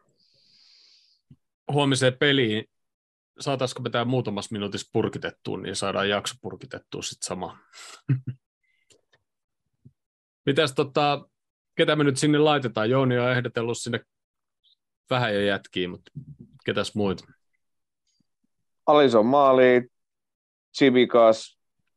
huomiseen peliin. Saataisiko me tämä muutamassa minuutissa purkitettua, niin saadaan jakso purkitettua sitten sama. Mitäs ketä me nyt sinne laitetaan? Jouni on ehdotellut sinne vähän jo jätkiä, mutta ketäs muita? Alisson maali, Tsimikas,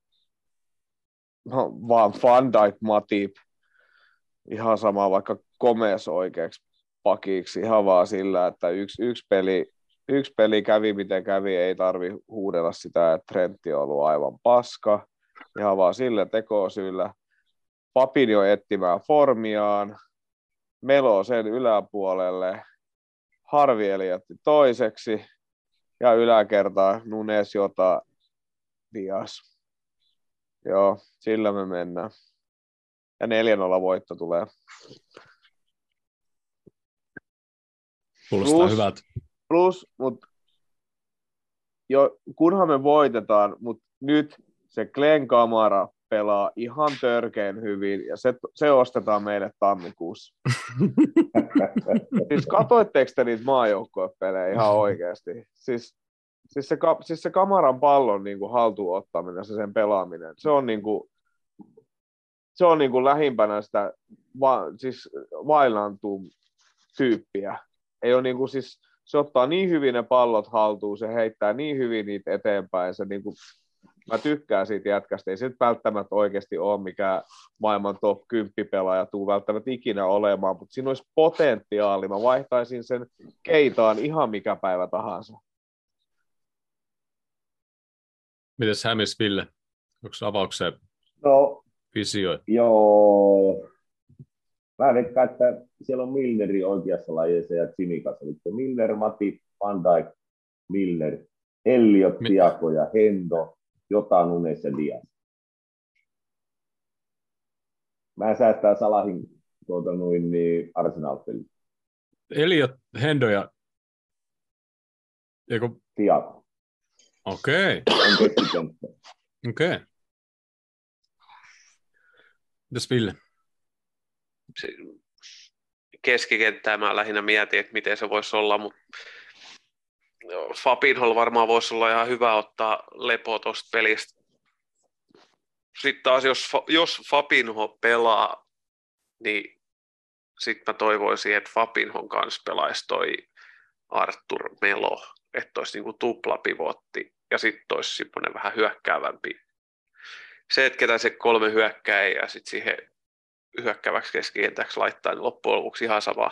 vaan Van Dijk, Matip, ihan sama vaikka Gomez oikeaksi pakiksi, ihan vaan sillä, että yksi peli kävi miten kävi, ei tarvi huudella sitä, että Trentti on ollut aivan paska, ihan vaan sillä tekosyyllä. Fabinho etsimään formiaan, Melo sen yläpuolelle, Harvey Eliotti toiseksi ja yläkertaa Nunes, Jota, Dias. Joo, sillä me mennään. Ja 4-0 voitto tulee. Kuulostaa hyvältä. Mutta kunhan me voitetaan, mutta nyt se Glenn Kamara pelaa ihan törkeen hyvin ja se ostetaan meille tammikuussa. Siis katoitteko te niitä maajoukkuepelejä ihan oikeasti? Siis se Kamaran pallon niinku haltuun ottaminen, sen pelaaminen, se on niinku lähimpänä sitä siis vailantuu tyyppiä. Ei ole niinku siis se ottaa niin hyvin ne pallot haltuun, se heittää niin hyvin niitä eteenpäin, se niinku, mä tykkään siitä jätkästä, ei se nyt välttämättä oikeasti ole mikään maailman top 10 pelaaja tuu välttämättä ikinä olemaan, mutta siinä olisi potentiaali, mä vaihtaisin sen Keitaan ihan mikä päivä tahansa. Mites Hämis, Ville? Onko avaukseen visioi? Joo. Mä veikkaan, että siellä on Milneri oikeassa lajeissa ja Tsimikas. Eli Milner, Matip, Van Dijk, Milner Elliot, Tiago ja Hendo, Jota, Nunes ja Diaz. Mä säästää Salahin niin Arsenal-peli. Elliot, Hendo ja... Tiago. Okei. On keskikenttä. Okei. Mitäs Ville? Keskikenttää mä lähinnä mietin, että miten se voisi olla, mutta Fabinholla varmaan voisi olla ihan hyvä ottaa lepo tuosta pelistä. Sitten taas, jos Fabinho pelaa, niin sitten mä toivoisin, että Fabinhon kanssa pelaisi toi Arthur Melo, että olisi niinku tuplapivotti ja sitten olisi semmoinen vähän hyökkäävämpi. Se, että ketä se 3 hyökkää ja sitten siihen hyökkääväksi keskikentäksi laittaa, niin loppujen lopuksi ihan sama.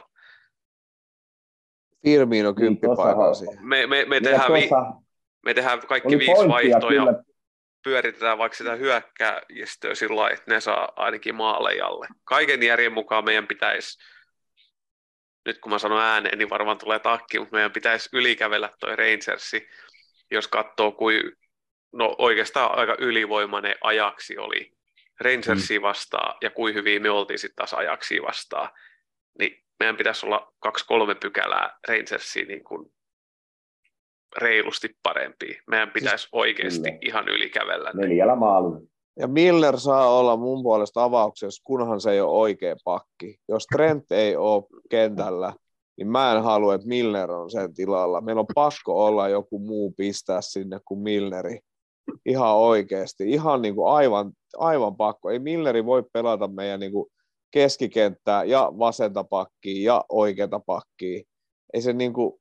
Firmino 10 paikalla siihen. Me tehdään kaikki 5 vaihtoja, pyöritetään vaikka sitä hyökkääjistöä sillä lailla, että ne saa ainakin maalejalle. Kaiken järjen mukaan meidän pitäisi, nyt kun mä sanon ääneen, niin varmaan tulee takki, mutta meidän pitäisi ylikävellä toi Rangersi, jos katsoo no oikeastaan aika ylivoimainen Ajaxi oli Rangersia vastaan ja kuin hyvin me oltiin sitten taas Ajaxia vastaan, niin meidän pitäisi olla 2-3 pykälää Rangersia niin kuin reilusti parempi. Meidän pitäisi oikeasti ihan ylikävellä. 4 maalilla. Ja Milner saa olla mun puolesta avauksessa, kunhan se ei ole oikea pakki. Jos Trent ei ole kentällä, niin mä en halua, että Milner on sen tilalla. Meillä on pakko olla joku muu pistää sinne kuin Milneri. Ihan oikeasti. Ihan niin kuin aivan pakko. Ei Milneri voi pelata meidän niin kuin keskikenttää ja vasenta pakkia ja oikeata pakkia. Ei se niin kuin,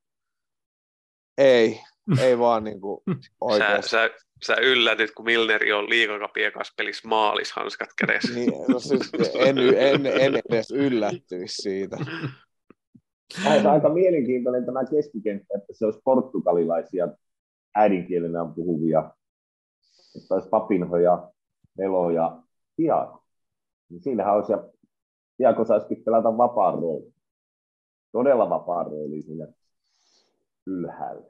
ei vaan niin kuin oikeasti. Sä yllätyt, kun Milneri on liigacupin ekassa pelissä hanskat kädessä. Niin, no siis en edes yllättyisi siitä. On aika mielenkiintoinen tämä keskikenttä, että se olisi portugalilaisia äidinkielenään puhuvia. Että olisi Fabinho ja Melo ja Tiago. Niin siinähän olisi, ja Tiago saisikin pelata vapaan rooli. Todella vapaan rooli siinä ylhäällä.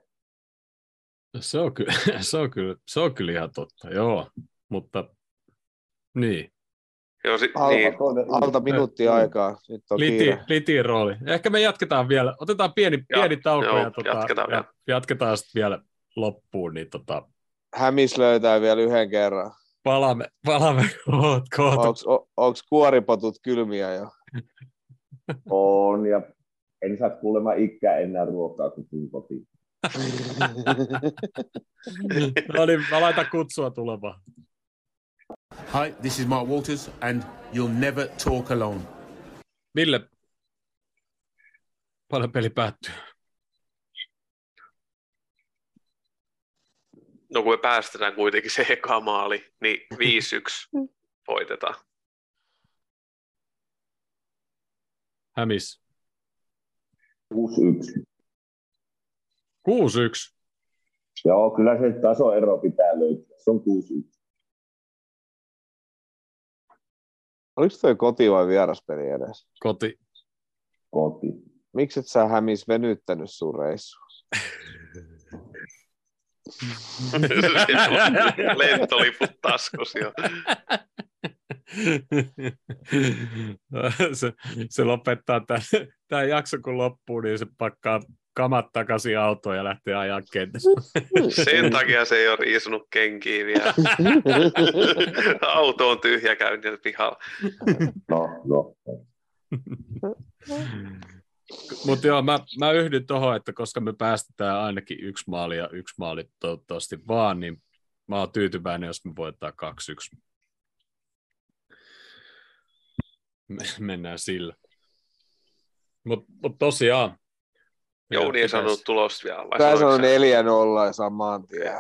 Se on kyllä ihan totta, joo, mutta niin. Joo, alta minuutti aikaa, nyt on Litin rooli. Ehkä me jatketaan vielä, otetaan pieni tauko ja jatketaan sitten vielä loppuun. Niin Hämis löytää vielä yhden kerran. Palaamme kohta. Onko kuoripotut kylmiä jo? On, ja en saa kuulemma ikää enää ruokaa, kun tuun kotiin. No niin, mä laitan kutsua tulemaan. Hi, this is Mark Walters and you'll never talk alone. Ville, paljon peli päättyy? No kun me päästetään kuitenkin se eka maali, niin 5-1 voitetaan. Hämis. 6-1. 6-1? Joo, kyllä se tasoero pitää löytää. Se on 6-1. Oliko toi koti vai vieraspeli edes? Koti. Miksi et sä Hämis venyttänyt sun reissuun? Lentoliput taskus jo. Se lopettaa tämän jakson kun loppuu, niin se pakkaa kamat takaisin autoon ja lähtee ajaa kentässä. Sen takia se ei ole riisunut kenkiä vielä. Auto on tyhjä käynyt pihalla. No. Mutta joo, mä yhdyn tuohon, että koska me päästetään ainakin 1 maali ja 1 maali toivottavasti vaan, niin mä oon tyytyväinen, jos me voitetaan 2-1. Mennään sillä. Mut tosiaan. Jouni ei sanonut tulosta vielä. Tää sanoi 4-0 ja samaan tien.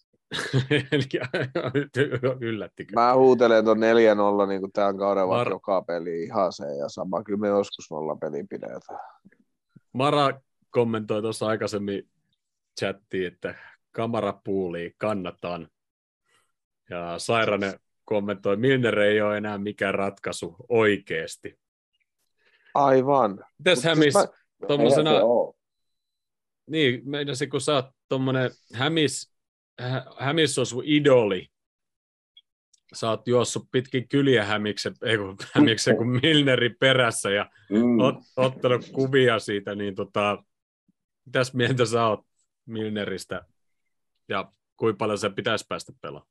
Yllättikö? Mä huutelen ton 4-0 niin kuin tämän kauden vaikka joka peli ihan se ja sama. Kyllä me joskus 0 peli pidetään. Mara kommentoi tuossa aikaisemmin chattiin, että kamarapuuliin kannatan. Ja Sairanen kommentoi, Milner ei ole enää mikään ratkaisu oikeesti. Aivan. Mites Hämis, tommosena... Niin, meidän kun sä oot tommonen Hämis Hämissä on sun idoli. Sä oot juossut pitkin kyliä Hämiksen kuin Milnerin perässä ja ottanut kuvia siitä, niin mitäs mieltä sä oot Milneristä ja kuinka paljon se pitäisi päästä pelaamaan?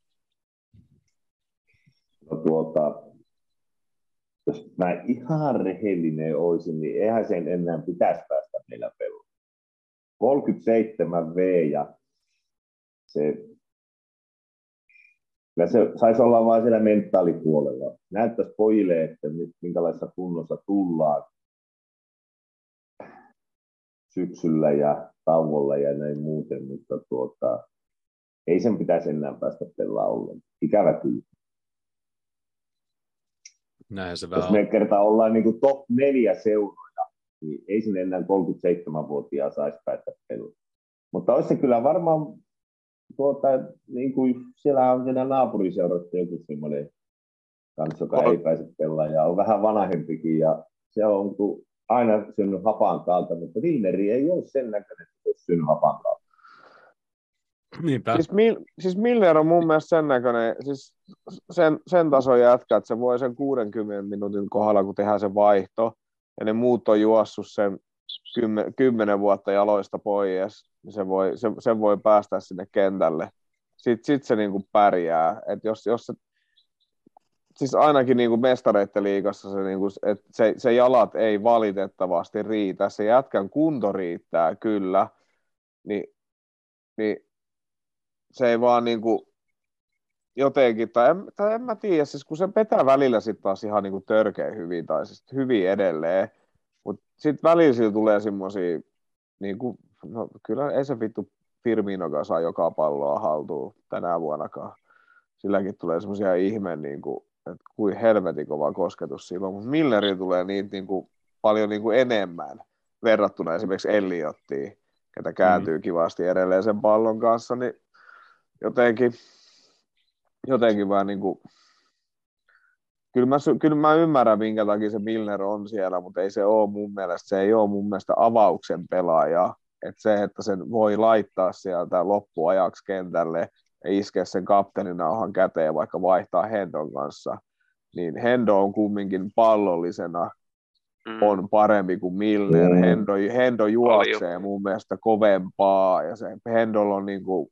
No jos mä ihan rehellinen olisin, niin eihän sen enää pitäisi päästä meillä pelaamaan. 37 V ja se saisi olla vain siellä mentaalipuolella. Näyttäisi pojille, että nyt minkälaisessa kunnossa tullaan syksyllä ja tauolla ja näin muuten, mutta ei sen pitäisi enää päästä pelaamaan ollenkaan. Ikävä kyllä. Näin se jos me kertaa ollaan niin kuin top 4 seuroja, niin ei sinne enää 37-vuotiaan saisi päästä pelaamaan. Mutta olisi se kyllä varmaan, niin kuin siellä on siellä naapuriseuroissa joku semmoinen kanssa, joka ei pääse pelaamaan ja on vähän vanhempikin ja se on aina synnyt hapan kautta, mutta Milneri ei ole sen näköinen, että se olisi synnyt hapan kautta. Niinpä. Siis Milner on mun mielestä sen näköinen, siis sen tason jätkä, että se voi sen 60 minuutin kohdalla, kun tehdään se vaihto, ja ne muut on juossut sen 10 vuotta jaloista pois, niin se voi päästä sinne kentälle. Sitten se niinku pärjää. Et jos se, siis ainakin niinku mestareiden liigassa se, niinku, se jalat ei valitettavasti riitä, se jätkän kunto riittää kyllä, niin se ei vaan niinku jotenkin, tai en mä tiedä, siis kun se petää välillä sitten taas ihan niinku törkeä hyvin, tai siis hyvin edelleen, mutta sitten välillä sillä tulee semmosia, niinku, no kyllä ei se vittu Firminokaan saa joka palloa haltuun tänä vuonnakaan. Silläkin tulee semmosia ihme, niinku, että kuin helvetin kova kosketus silloin, mutta Milnerillä tulee niitä niinku, paljon niinku enemmän verrattuna esimerkiksi Elliottiin, ketä kääntyy kivasti edelleen sen pallon kanssa, niin jotenkin vaan niinku, kyllä mä ymmärrän, minkä takia se Milner on siellä, mutta ei se ole mun mielestä avauksen pelaaja, että se, että sen voi laittaa sieltä loppuajaksi kentälle ja iskeä sen kapteeninauhan käteen, vaikka vaihtaa Hendon kanssa, niin Hendo on kumminkin pallollisena on parempi kuin Milner. Hendo juoksee mun mielestä kovempaa ja se Hendolla on niinku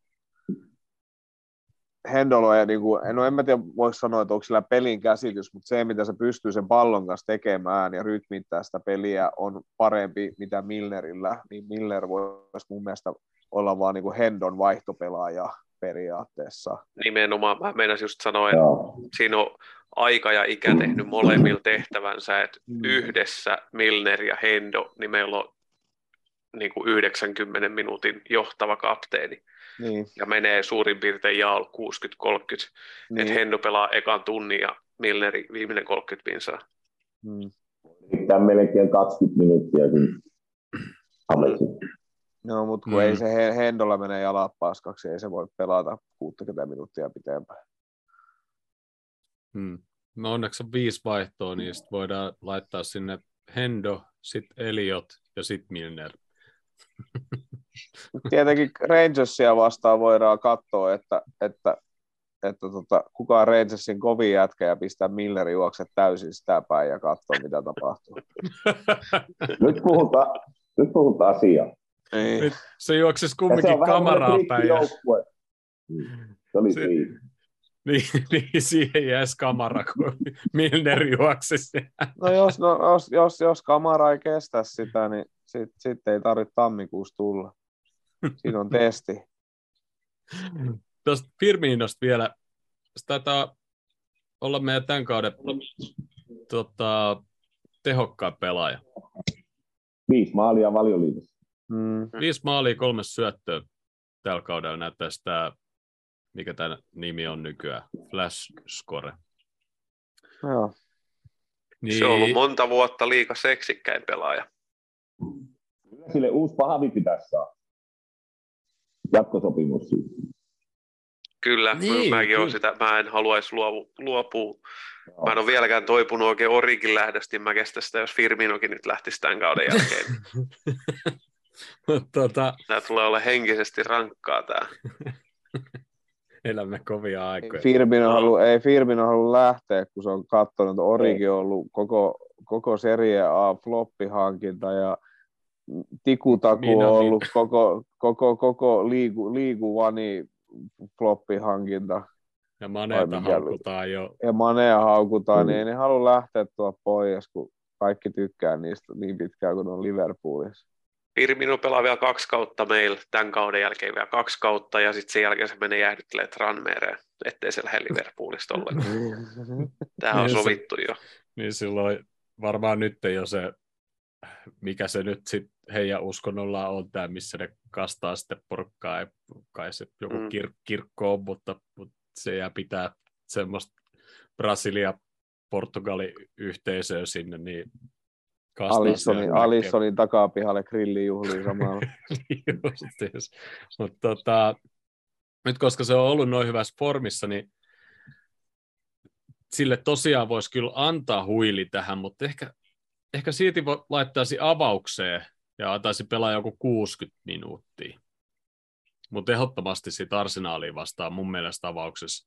en mä tiedä, voisi sanoa, että onko sillä pelin käsitys, mutta se, mitä se pystyy sen pallon kanssa tekemään ja rytmittää sitä peliä, on parempi mitä Milnerillä, niin Milner voisi mun mielestä olla vaan niin kuin Hendon vaihtopelaaja periaatteessa. Nimenomaan, mä meinasin just sanoa, että siinä on aika ja ikä tehnyt molemmilla tehtävänsä, että yhdessä Milner ja Hendo, niin meillä on niin kuin 90 minuutin johtava kapteeni. Niin. Ja menee suurin piirtein jaolla 60-30, niin. Että Hendo pelaa ekan tunnin ja Milneri viimeinen 30 pinsaa. Tämä melkein 20 minuuttia. No, mutta kun ei se Hendolla mene jalat paskaksi, ei se voi pelata 60 minuuttia pitempään. No onneksi on 5 vaihtoa, niin sitten voidaan laittaa sinne Hendo, sitten Elliot ja sitten Milner. Tietenkin Rangersia vastaan voidaan katsoa, että kukaan Rangersin kovin jätkä ja pistää Milleri juokset täysin sitä päin ja katsoa, mitä tapahtuu. Nyt puhutaan asiaa. Niin. Se juoksisi kumminkin kameraan päin. Se oli siinä. Niin, siihen jäisi kamera, kun Milner juoksisi. No jos kamera ei kestä sitä, niin sitten ei tarvitse tammikuussa tulla. Siinä on testi. Tuosta Firminosta vielä. Se taitaa olla meidän tämän kauden tehokkain pelaaja. 5 maalia Valioliigassa. 5 maalia, 3 syöttöä tällä kaudella näyttää sitä, mikä tämä nimi on nykyään, Flash Score. Joo. Niin. Se on ollut monta vuotta liiga seksikkäin pelaaja. Kyllä sille uusi pahavi pitäisi saada. Jatkosopimus. Kyllä, mäkin olen sitä. Mä en haluaisi luopua. Mä en ole vieläkään toipunut oikein Origin lähdöstä, mä kestä sitä, jos Firminokin nyt lähtisi tämän kauden jälkeen. Tämä tulee olla henkisesti rankkaa tämä. Elämme kovia aikoja. Ei Firmino halua lähteä, kun se on katsonut, että Origi on ollut koko Serie A floppihankinta ja Tikutaku on ollut koko liiguvani floppihankinta. Ja Maneeta haukutaan jo. Ja Manea haukutaan, niin ei ne halua lähteä tuolla pois, kun kaikki tykkää niistä niin pitkään, kun ne on Liverpoolissa. Firmino pelaa vielä 2 kautta meillä, tämän kauden jälkeen vielä 2 kautta, ja sitten sen jälkeen se menee jäähdyttelemään Tranmereen, ettei se lähde Liverpoolista ollenkaan. Tämä on sovittu jo. Niin silloin varmaan nyt jo se, mikä se nyt sitten heidän uskonnolla on tämä, missä ne kastaa sitten porkkaa, ei kai se joku kirkko on, mutta se jää pitää semmoista Brasilia-Portugali-yhteisöä sinne, niin Alissonin takapihalle grillijuhliin samalla. Mutta nyt koska se on ollut noin hyvässä formissa, niin sille tosiaan voisi kyllä antaa huili tähän, mutta ehkä siitä laittaisi avaukseen ja antaisi pelaa joku 60 minuuttia. Mutta ehdottomasti siitä Arsenaaliin vastaan mun mielestä avauksessa.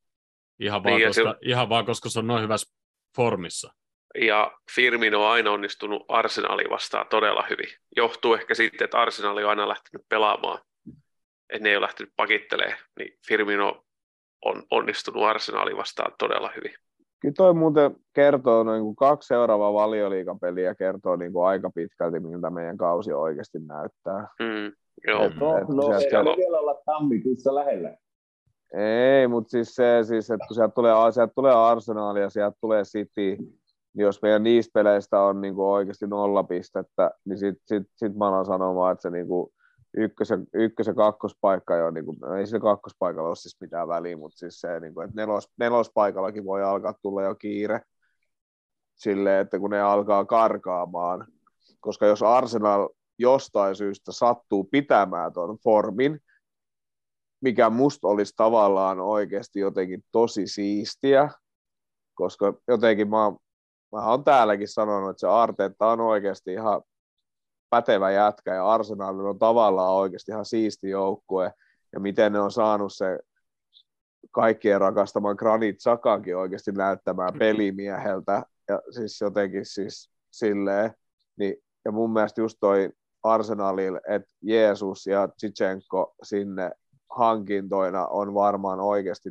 Ihan vaan, koska se on noin hyvässä formissa. Ja Firmino on aina onnistunut Arsenaaliin vastaan todella hyvin. Johtuu ehkä siitä, että Arsenaali on aina lähtenyt pelaamaan. Että ne ei ole lähtenyt pakittelemaan, niin Firmino on onnistunut Arsenaaliin vastaan todella hyvin. Kyllä toi muuten kertoo, noin kuin 2 seuraavaa Valioliigapeliä kertoo niin kuin aika pitkälti, miltä meidän kausi oikeasti näyttää. Joo. Se vielä olla tammikuussa lähellä. Ei, mutta siis että kun sieltä tulee Arsenal ja sieltä tulee City, niin jos meidän niistä peleistä on niin kuin oikeasti 0 pistettä, niin sit mä alan sanomaan, että se niin kuin ykkös- ja kakkospaikka ei ole, niin kuin, ei sillä kakkospaikalla ole siis mitään väliä, mutta siis se, niin kuin, että nelospaikallakin voi alkaa tulla jo kiire silleen, että kun ne alkaa karkaamaan, koska jos Arsenal jostain syystä sattuu pitämään tuon formin, mikä musta olisi tavallaan oikeasti jotenkin tosi siistiä, koska jotenkin mä oon täälläkin sanonut, että se Arteta on oikeasti ihan pätevä jätkä ja Arsenal on tavallaan oikeasti ihan siisti joukkue ja miten ne on saanut se kaikkien rakastaman Granit Xhakankin oikeasti näyttämään pelimieheltä ja siis jotenkin siis silleen, niin, ja mun mielestä just toi Arsenalille, että Jeesus ja Zinchenko sinne hankintoina on varmaan oikeasti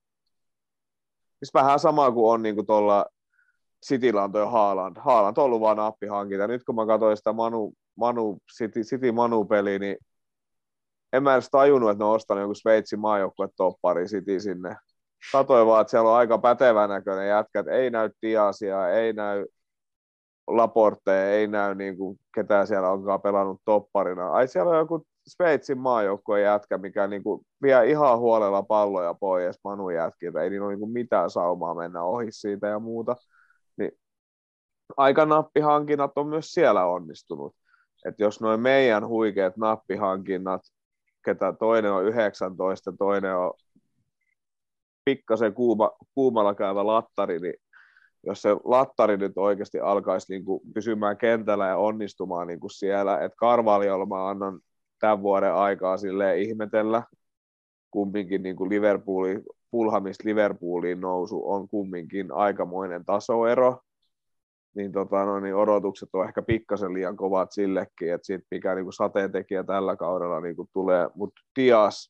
siis vähän sama kuin on niin kuin tuolla Cityllä on toi Haaland. Haaland on ollut vaan nappihankinta. Nyt kun mä katsoin sitä City Manu-peliä, niin en mä edes tajunnut, että ne on ostanut jonkun Sveitsin maajoukkue-toppari City sinne. Katoin vaan, että siellä on aika pätevän näköinen jätkä, että ei näy Diasia, ei näy Laportea, ei näy niin kuin ketään siellä onkaan pelannut topparina. Ai siellä on joku Sveitsin maajoukkueen jätkä, mikä niin kuin vie ihan huolella palloja pois Manu jätkiltä. Ei niin ole niin kuin mitään saumaa mennä ohi siitä ja muuta. Niin aika nappihankinnat on myös siellä onnistunut. Et jos noin meidän huikeat nappihankinnat, ketä toinen on 19, toinen on pikkasen kuumalla käyvä lattari, niin jos se lattari nyt oikeasti alkaisi niin kuin pysymään kentällä ja onnistumaan niin kuin siellä, että Carvalholla mä annan tämän vuoden aikaa silleen ihmetellä, kumminkin niin kuin Fulhamista Liverpooliin nousu on kumminkin aikamoinen tasoero, niin, niin odotukset on ehkä pikkasen liian kovat sillekin, että siitä mikä niin kuin sateentekijä tällä kaudella niin kuin tulee, mutta Dias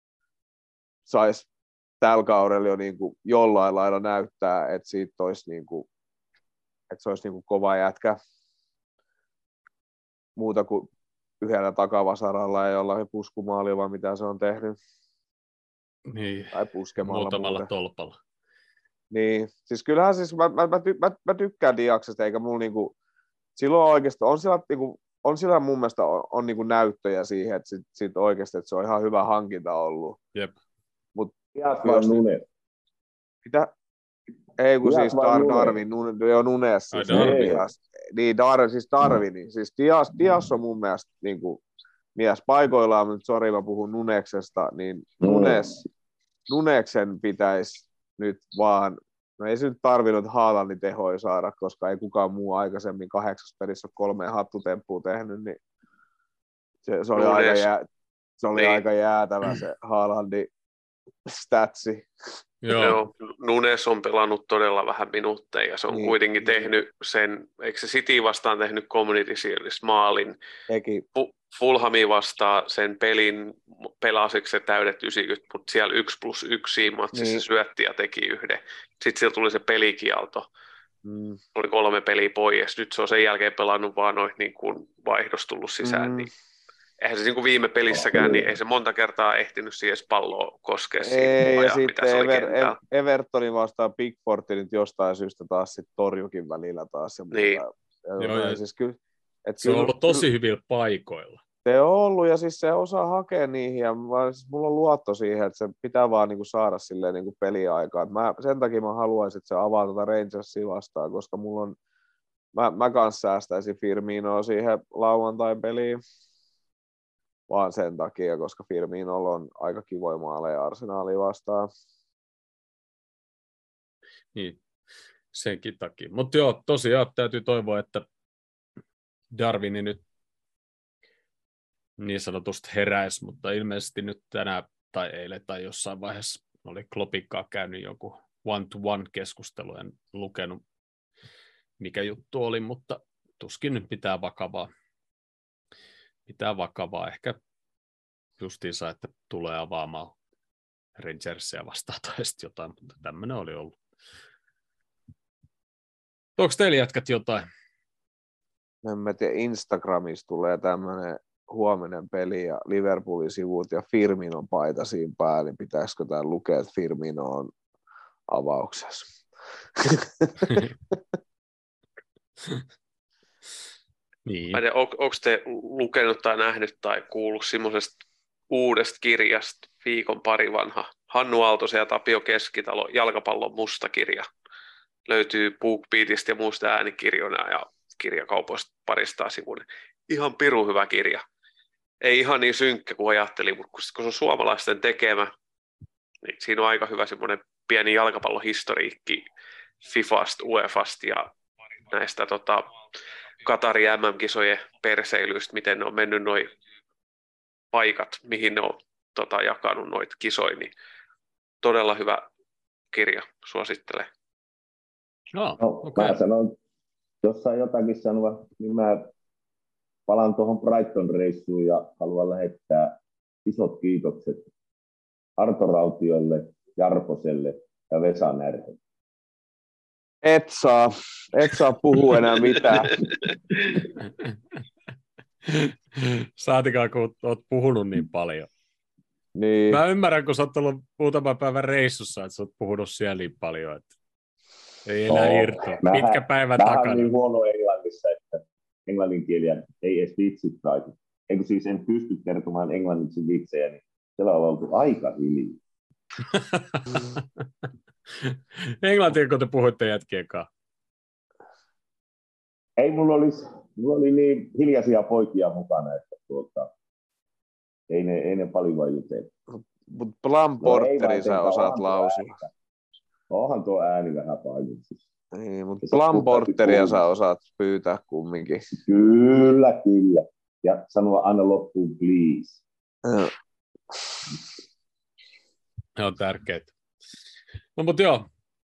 saisi tällä kaudella jo niin kuin jollain lailla näyttää, että siitä olisi niin kuin, että se olisi niin kuin kova jätkä muuta kuin yhdellä takavasaralla ja jollain puskumaalilla, vai mitä se on tehnyt. Niin, tai puskemalla muutamalla tolpalla. Niin, siis kyllähän siis mä tykkään Diaksesta, eikä mulla niinku, silloin oikeasti, on sillä mun mielestä on niinku näyttöjä siihen, että sit oikeasti, että se on ihan hyvä hankinta ollut. Jep. Mut Dias vai Nunes? Mitä? Ei kun siis Darwin, Nunes. Siis niin, Darwin. Siis Dias on mun mielestä niinku mies paikoillaan, mutta sori mä puhun Nuneksesta, niin Nuneksen pitäisi nyt vaan, no ei se nyt tarvinnut Haalandin tehoja saada, koska ei kukaan muu aikaisemmin 8 pelissä 3 hattutemppua tehnyt, niin se oli aika jäätävä se Haalandin statsi. Joo. Nunes on pelannut todella vähän minuutteja ja se on kuitenkin tehnyt sen, eikö se City vastaan tehnyt Community Series maalin, Fulhamia vastaan sen pelin, pelasiko se täydet 90, mutta siellä 1+1 matsissa syötti ja teki yhden. Sitten siellä tuli se pelikielto, oli 3 peliä pois, nyt se on sen jälkeen pelannut vaan noin niin kuin vaihdos tullut sisään, niin eihän se niin kuin viime pelissäkään, niin ei se monta kertaa ehtinyt siihen palloa koskea siinä ajaa, mitä se oli kentällä. Evertonin vastaan Pickford nyt jostain syystä taas sit torjukin välillä taas. Niin. Siis kyllä, se on ollut tosi hyvillä paikoilla. Se on ollut ja siis se osaa hakea niihin ja siis mulla on luotto siihen, että se pitää vaan niinku saada silleen niinku peliaikaa. Sen takia mä haluaisin, että se avaa tuota Rangersia vastaan, koska mulla on, mä kans säästäisin Firminoa siihen lauantai-peliin. Vaan sen takia, koska Firminolla on aika kivoja maaleja Arsenalia vastaan. Niin, senkin takia. Mutta joo, tosiaan täytyy toivoa, että Darwini nyt niin sanotusti heräisi, mutta ilmeisesti nyt tänään tai eilen tai jossain vaiheessa oli Kloppikkaa käynyt joku one-to-one-keskustelu, en lukenut mikä juttu oli, mutta tuskin nyt pitää vakavaa. Ehkä justiinsa, että tulee avaamaan Rangersia vastaan tai sitten jotain, mutta tämmöinen oli ollut. Onko teillä jätkät jotain? En mä tiedä, Instagramissa tulee tämmöinen huominen peli ja Liverpoolin sivut ja Firminon paita siinä päällä, niin pitäisikö tämä lukea, että Firmino on avauksessa? Niin. Onko te lukenut tai nähnyt tai kuullut semmoisesta uudesta kirjasta, viikon pari vanha, Hannu Aaltosen ja Tapio Keskitalo, Jalkapallon musta kirja. Löytyy BookBeatista ja muista äänikirjoina ja kirjakaupoista paristaa sivuinen. Ihan pirun hyvä kirja. Ei ihan niin synkkä kuin ajattelin, mutta kun se on suomalaisten tekemä, niin siinä on aika hyvä semmoinen pieni jalkapallohistoriikki FIFAsta, UEFasta ja näistä Qatarin MM-kisojen perseilyistä, miten ne on mennyt noi paikat, mihin ne on jakanut noita kisoja, niin todella hyvä kirja, suosittelen. No, okay. Mä sanon, jos saa jotakin sanoa, niin mä palaan tuohon Brighton-reissuun ja haluan lähettää isot kiitokset Arto Rautiolle, Jarposelle ja Vesa Närhelle. Et saa puhua enää mitään. Saatikaan, kun olet puhunut niin paljon. Niin. Mä ymmärrän, kun sä oot ollut muutaman päivän reissussa, että sä oot puhunut siellä niin paljon, että ei enää irtoa. Pitkä päivä takana. Mä oon niin huono englannissa, että englannin kieliä ei edes vitsit taito. Eikö siis en pysty kertomaan englanniksi vitsejä, niin siellä on oltu aika hiljaa. Englantia, kun te puhuitte jätkien kanssa? Ei, mulla oli niin hiljaisia poikia mukana, että ei ne paljon vaan jutella. Mutta Plumporterin sä osaat lausua. Onhan tuo ääni vähän painitsis. Niin, mutta Plumporteria sä osaat pyytää kumminkin. Kyllä. Ja sanoa aina loppuun please. Ne on tärkeät. No mutta joo.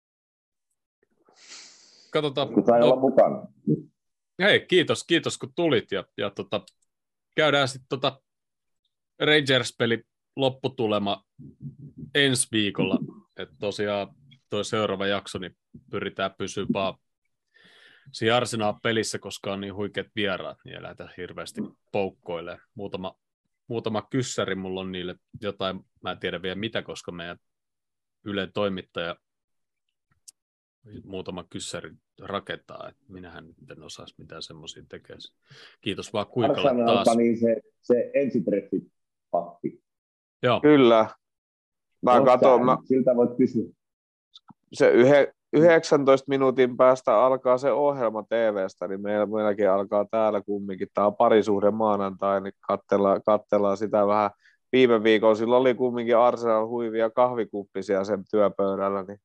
Katsotaan. Kun sai olla mukana. Hei, kiitos kun tulit ja käydään sitten Rangers-peli lopputulema ensi viikolla. Että tosiaan toi seuraava jakso, niin pyritään pysymään siinä Arsenal-pelissä, koska on niin huikeat vieraat, niin ei lähdetä hirveästi poukkoilemaan. Muutama kyssäri mulla on niille jotain, mä en tiedä vielä mitä, koska meidän Ylen toimittaja muutama kyssäri rakentaa, että minähän nyt en osaisi mitään semmoisia tekee. Kiitos vaan Kuikalle taas. Niin se ensitreffit pappi. Joo. Kyllä. Siltä voit kysyä. Se 19 minuutin päästä alkaa se ohjelma TV:stä, niin meilläkin alkaa täällä kumminkin. Tämä on parisuhde maanantai, niin katsellaan sitä vähän. Viime viikolla silloin oli kumminkin Arsenal huivia kahvikuppisia sen työpöydällä. Niin.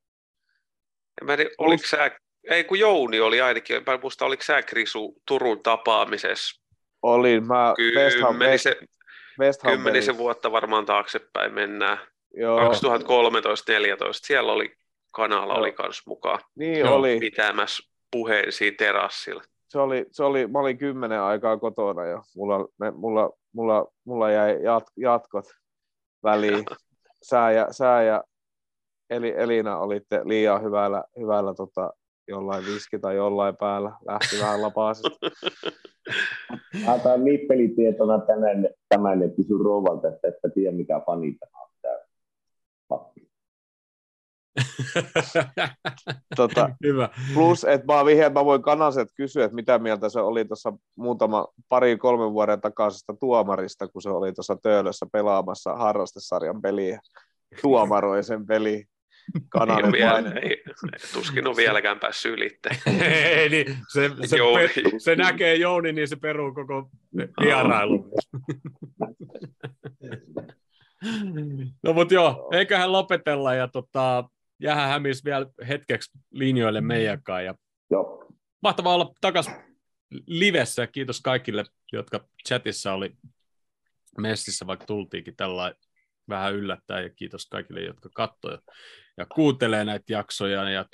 Kun Jouni oli ainakin, en muista, oliko sä Krisu Turun tapaamisessa? Olin, mä Kymmenisen vuotta varmaan taaksepäin mennään. Joo. 2013-2014, siellä oli Kanala oli kans mukaan Niin Joo. oli. pitämässä puheen siinä terassilla. Mä olin 10 aikaa kotona jo. Mulla jäi jatkot väliin. Sää ja Elina olitte liian hyvällä jollain viski tai jollain päällä. Lähti vähän lapaasesta. Antaa nippelitietona tämän että sun rouvalta, että tiedä mikä fani tämä on. Hyvä. Plus, että mä voin Kanaset kysyä, että mitä mieltä se oli tuossa 2-3 vuoden takaisesta tuomarista, kun se oli tuossa Töölössä pelaamassa harrastesarjan peliä. Tuomaroi sen peli. Tuskin on vieläkään päässyt ylitteen. Ei, niin se näkee Jouni, niin se peruu koko vierailun. No mut joo, eiköhän lopetella ja jäähän Hämis vielä hetkeksi linjoille meidän kanssa. Ja mahtavaa olla takaisin livessä. Kiitos kaikille, jotka chatissa oli messissä, vaikka tultiinkin tällainen vähän yllättäen. Ja kiitos kaikille, jotka katsoi ja kuuntelee näitä jaksoja. Ja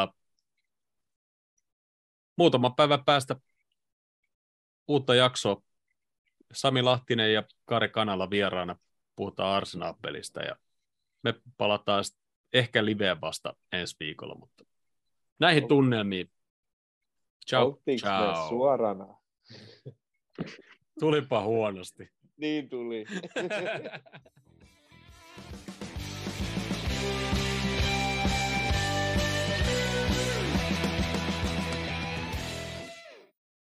muutaman päivän päästä uutta jaksoa. Sami Lahtinen ja Kari Kanala vieraana. Puhutaan Arsenal-pelistä ja me palataan ehkä liveen vasta ensi viikolla, mutta näihin tunnelmiin. Ciao. Ciao. Suorana. Tulipa huonosti. Niin tuli.